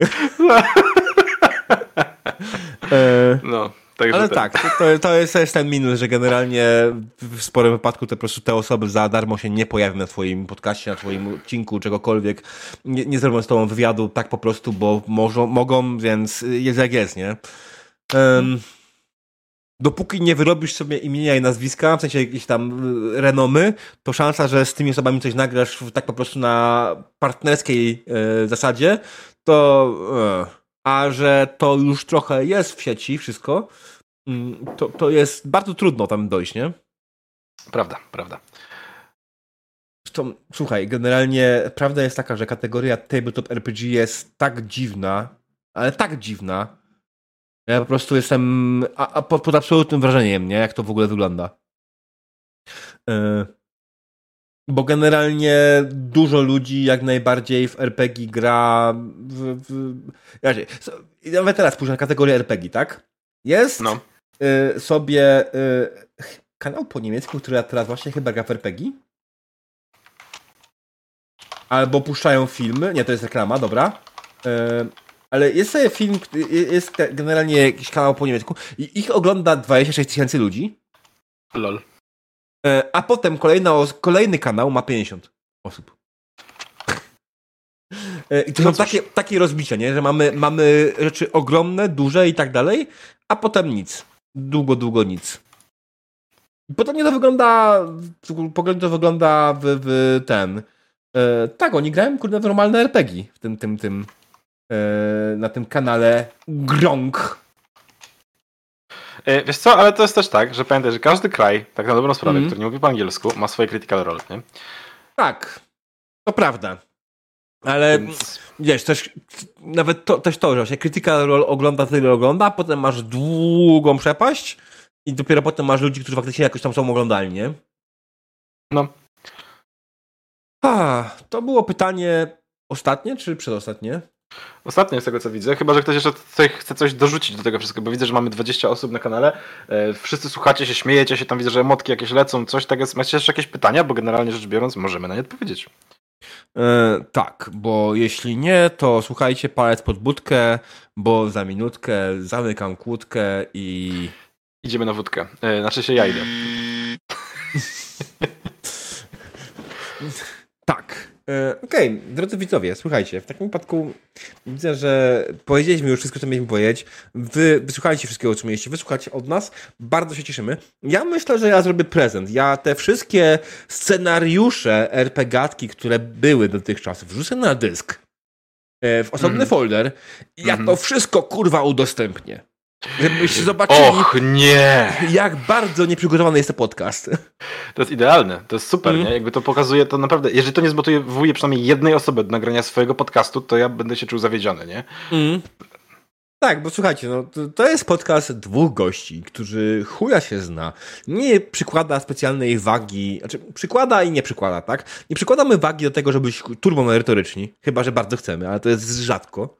No, także ale tak, to jest ten minus, że generalnie w sporym wypadku po prostu te osoby za darmo się nie pojawią na twoim podcaście, na twoim odcinku, czegokolwiek. Nie zrobią z tobą wywiadu tak po prostu, bo mogą, więc jest jak jest, nie? Dopóki nie wyrobisz sobie imienia i nazwiska, w sensie jakiejś tam renomy, to szansa, że z tymi osobami coś nagrasz tak po prostu na partnerskiej zasadzie, a że to już trochę jest w sieci wszystko, to jest bardzo trudno tam dojść, nie? Prawda. Zresztą, słuchaj, generalnie prawda jest taka, że kategoria Tabletop RPG jest tak dziwna, ale tak dziwna. Ja po prostu jestem pod absolutnym wrażeniem, nie? Jak to w ogóle wygląda. Bo generalnie dużo ludzi jak najbardziej w RPG gra nawet teraz pójdę na kategorię RPG, tak? Jest sobie kanał po niemiecku, który teraz właśnie chyba gra w RPG. Albo puszczają filmy. Nie, to jest reklama, dobra. Ale jest sobie film, jest generalnie jakiś kanał po niemiecku i ich ogląda 26 000 ludzi. Lol. A potem kolejny kanał ma 50 osób. I to są takie rozbicia, nie? Że mamy rzeczy ogromne, duże i tak dalej, a potem nic. Długo nic. I potem nie to wygląda w ten... Tak, oni grają, kurde, w normalne RPG w tym na tym kanale Gronk. Wiesz co, ale to jest też tak, że pamiętaj, że każdy kraj, tak na dobrą sprawę, który nie mówi po angielsku, ma swoje critical role, nie? Tak, to prawda. Ale wiesz, też nawet to, że się Critical Role ogląda, tyle ogląda, a potem masz długą przepaść i dopiero potem masz ludzi, którzy faktycznie jakoś tam są oglądalni, nie? No. To było pytanie ostatnie, czy przedostatnie? Ostatnie z tego, co widzę. Chyba że ktoś jeszcze chce coś dorzucić do tego wszystkiego, bo widzę, że mamy 20 osób na kanale. Wszyscy słuchacie się, śmiejecie się, tam widzę, że emotki jakieś lecą, coś tak jest. Macie jeszcze jakieś pytania? Bo generalnie rzecz biorąc możemy na nie odpowiedzieć. Tak, bo jeśli nie, to słuchajcie, palec pod budkę, bo za minutkę zamykam kłódkę i... Idziemy na wódkę. Znaczy się ja idę. Tak. Okej, drodzy widzowie, słuchajcie, w takim wypadku widzę, że powiedzieliśmy już wszystko, co mieliśmy powiedzieć. Wy wysłuchajcie wszystkiego, co mieliście wysłuchać od nas. Bardzo się cieszymy. Ja myślę, że ja zrobię prezent. Ja te wszystkie scenariusze RPGatki, które były dotychczas, wrzucę na dysk w osobny folder i ja to wszystko, kurwa, udostępnię. Żebyście zobaczyli, jak bardzo nieprzygotowany jest ten podcast. To jest idealne, to jest super, nie? Jakby to pokazuje, to naprawdę, jeżeli to nie zmotywuje przynajmniej jednej osoby do nagrania swojego podcastu, to ja będę się czuł zawiedziony, nie? Tak, bo słuchajcie, no, to jest podcast dwóch gości, którzy chuja się zna. Nie przykłada specjalnej wagi, znaczy przykłada i nie przykłada, tak? Nie przykładamy wagi do tego, żeby być turbo merytoryczni, chyba że bardzo chcemy, ale to jest rzadko.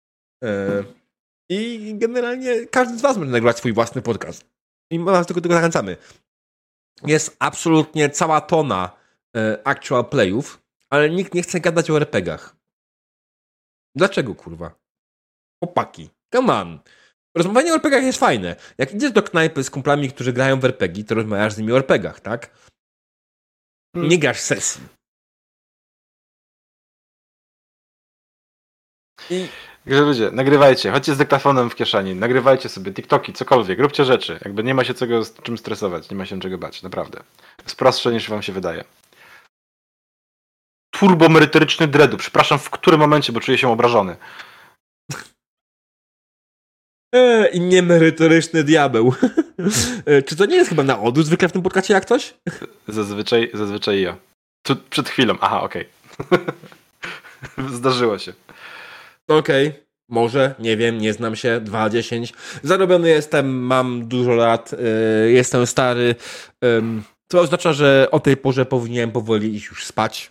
I generalnie każdy z was może nagrywać swój własny podcast. I my was do tego zachęcamy. Jest absolutnie cała tona actual playów, ale nikt nie chce gadać o RPGach. Dlaczego, kurwa? Chłopaki, come on. Rozmawianie o RPGach jest fajne. Jak idziesz do knajpy z kumplami, którzy grają w RPG, to rozmawiasz z nimi o RPGach, tak? Nie grasz sesji. I Ludzie, nagrywajcie, chodźcie z dyktafonem w kieszeni, nagrywajcie sobie TikToki, cokolwiek, róbcie rzeczy. Jakby nie ma się czym stresować, nie ma się czego bać, naprawdę. Jest prostsze niż wam się wydaje. Turbo merytoryczny dreadu, przepraszam, w którym momencie, bo czuję się obrażony. I niemerytoryczny diabeł. Czy to nie jest chyba na odwrót zwykle w tym podcaście jak coś? Zazwyczaj ja. Przed chwilą, aha, okej. Zdarzyło się. Okej, może, nie wiem, nie znam się, 2-10. Zarobiony jestem, mam dużo lat, jestem stary, co oznacza, że o tej porze powinienem powoli iść już spać.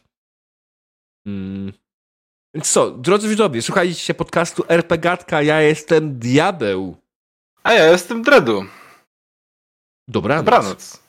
Więc co, drodzy widzowie, słuchajcie podcastu RPGatka, ja jestem Diabeł. A ja jestem Dreadu. Dobranoc. Dobranoc.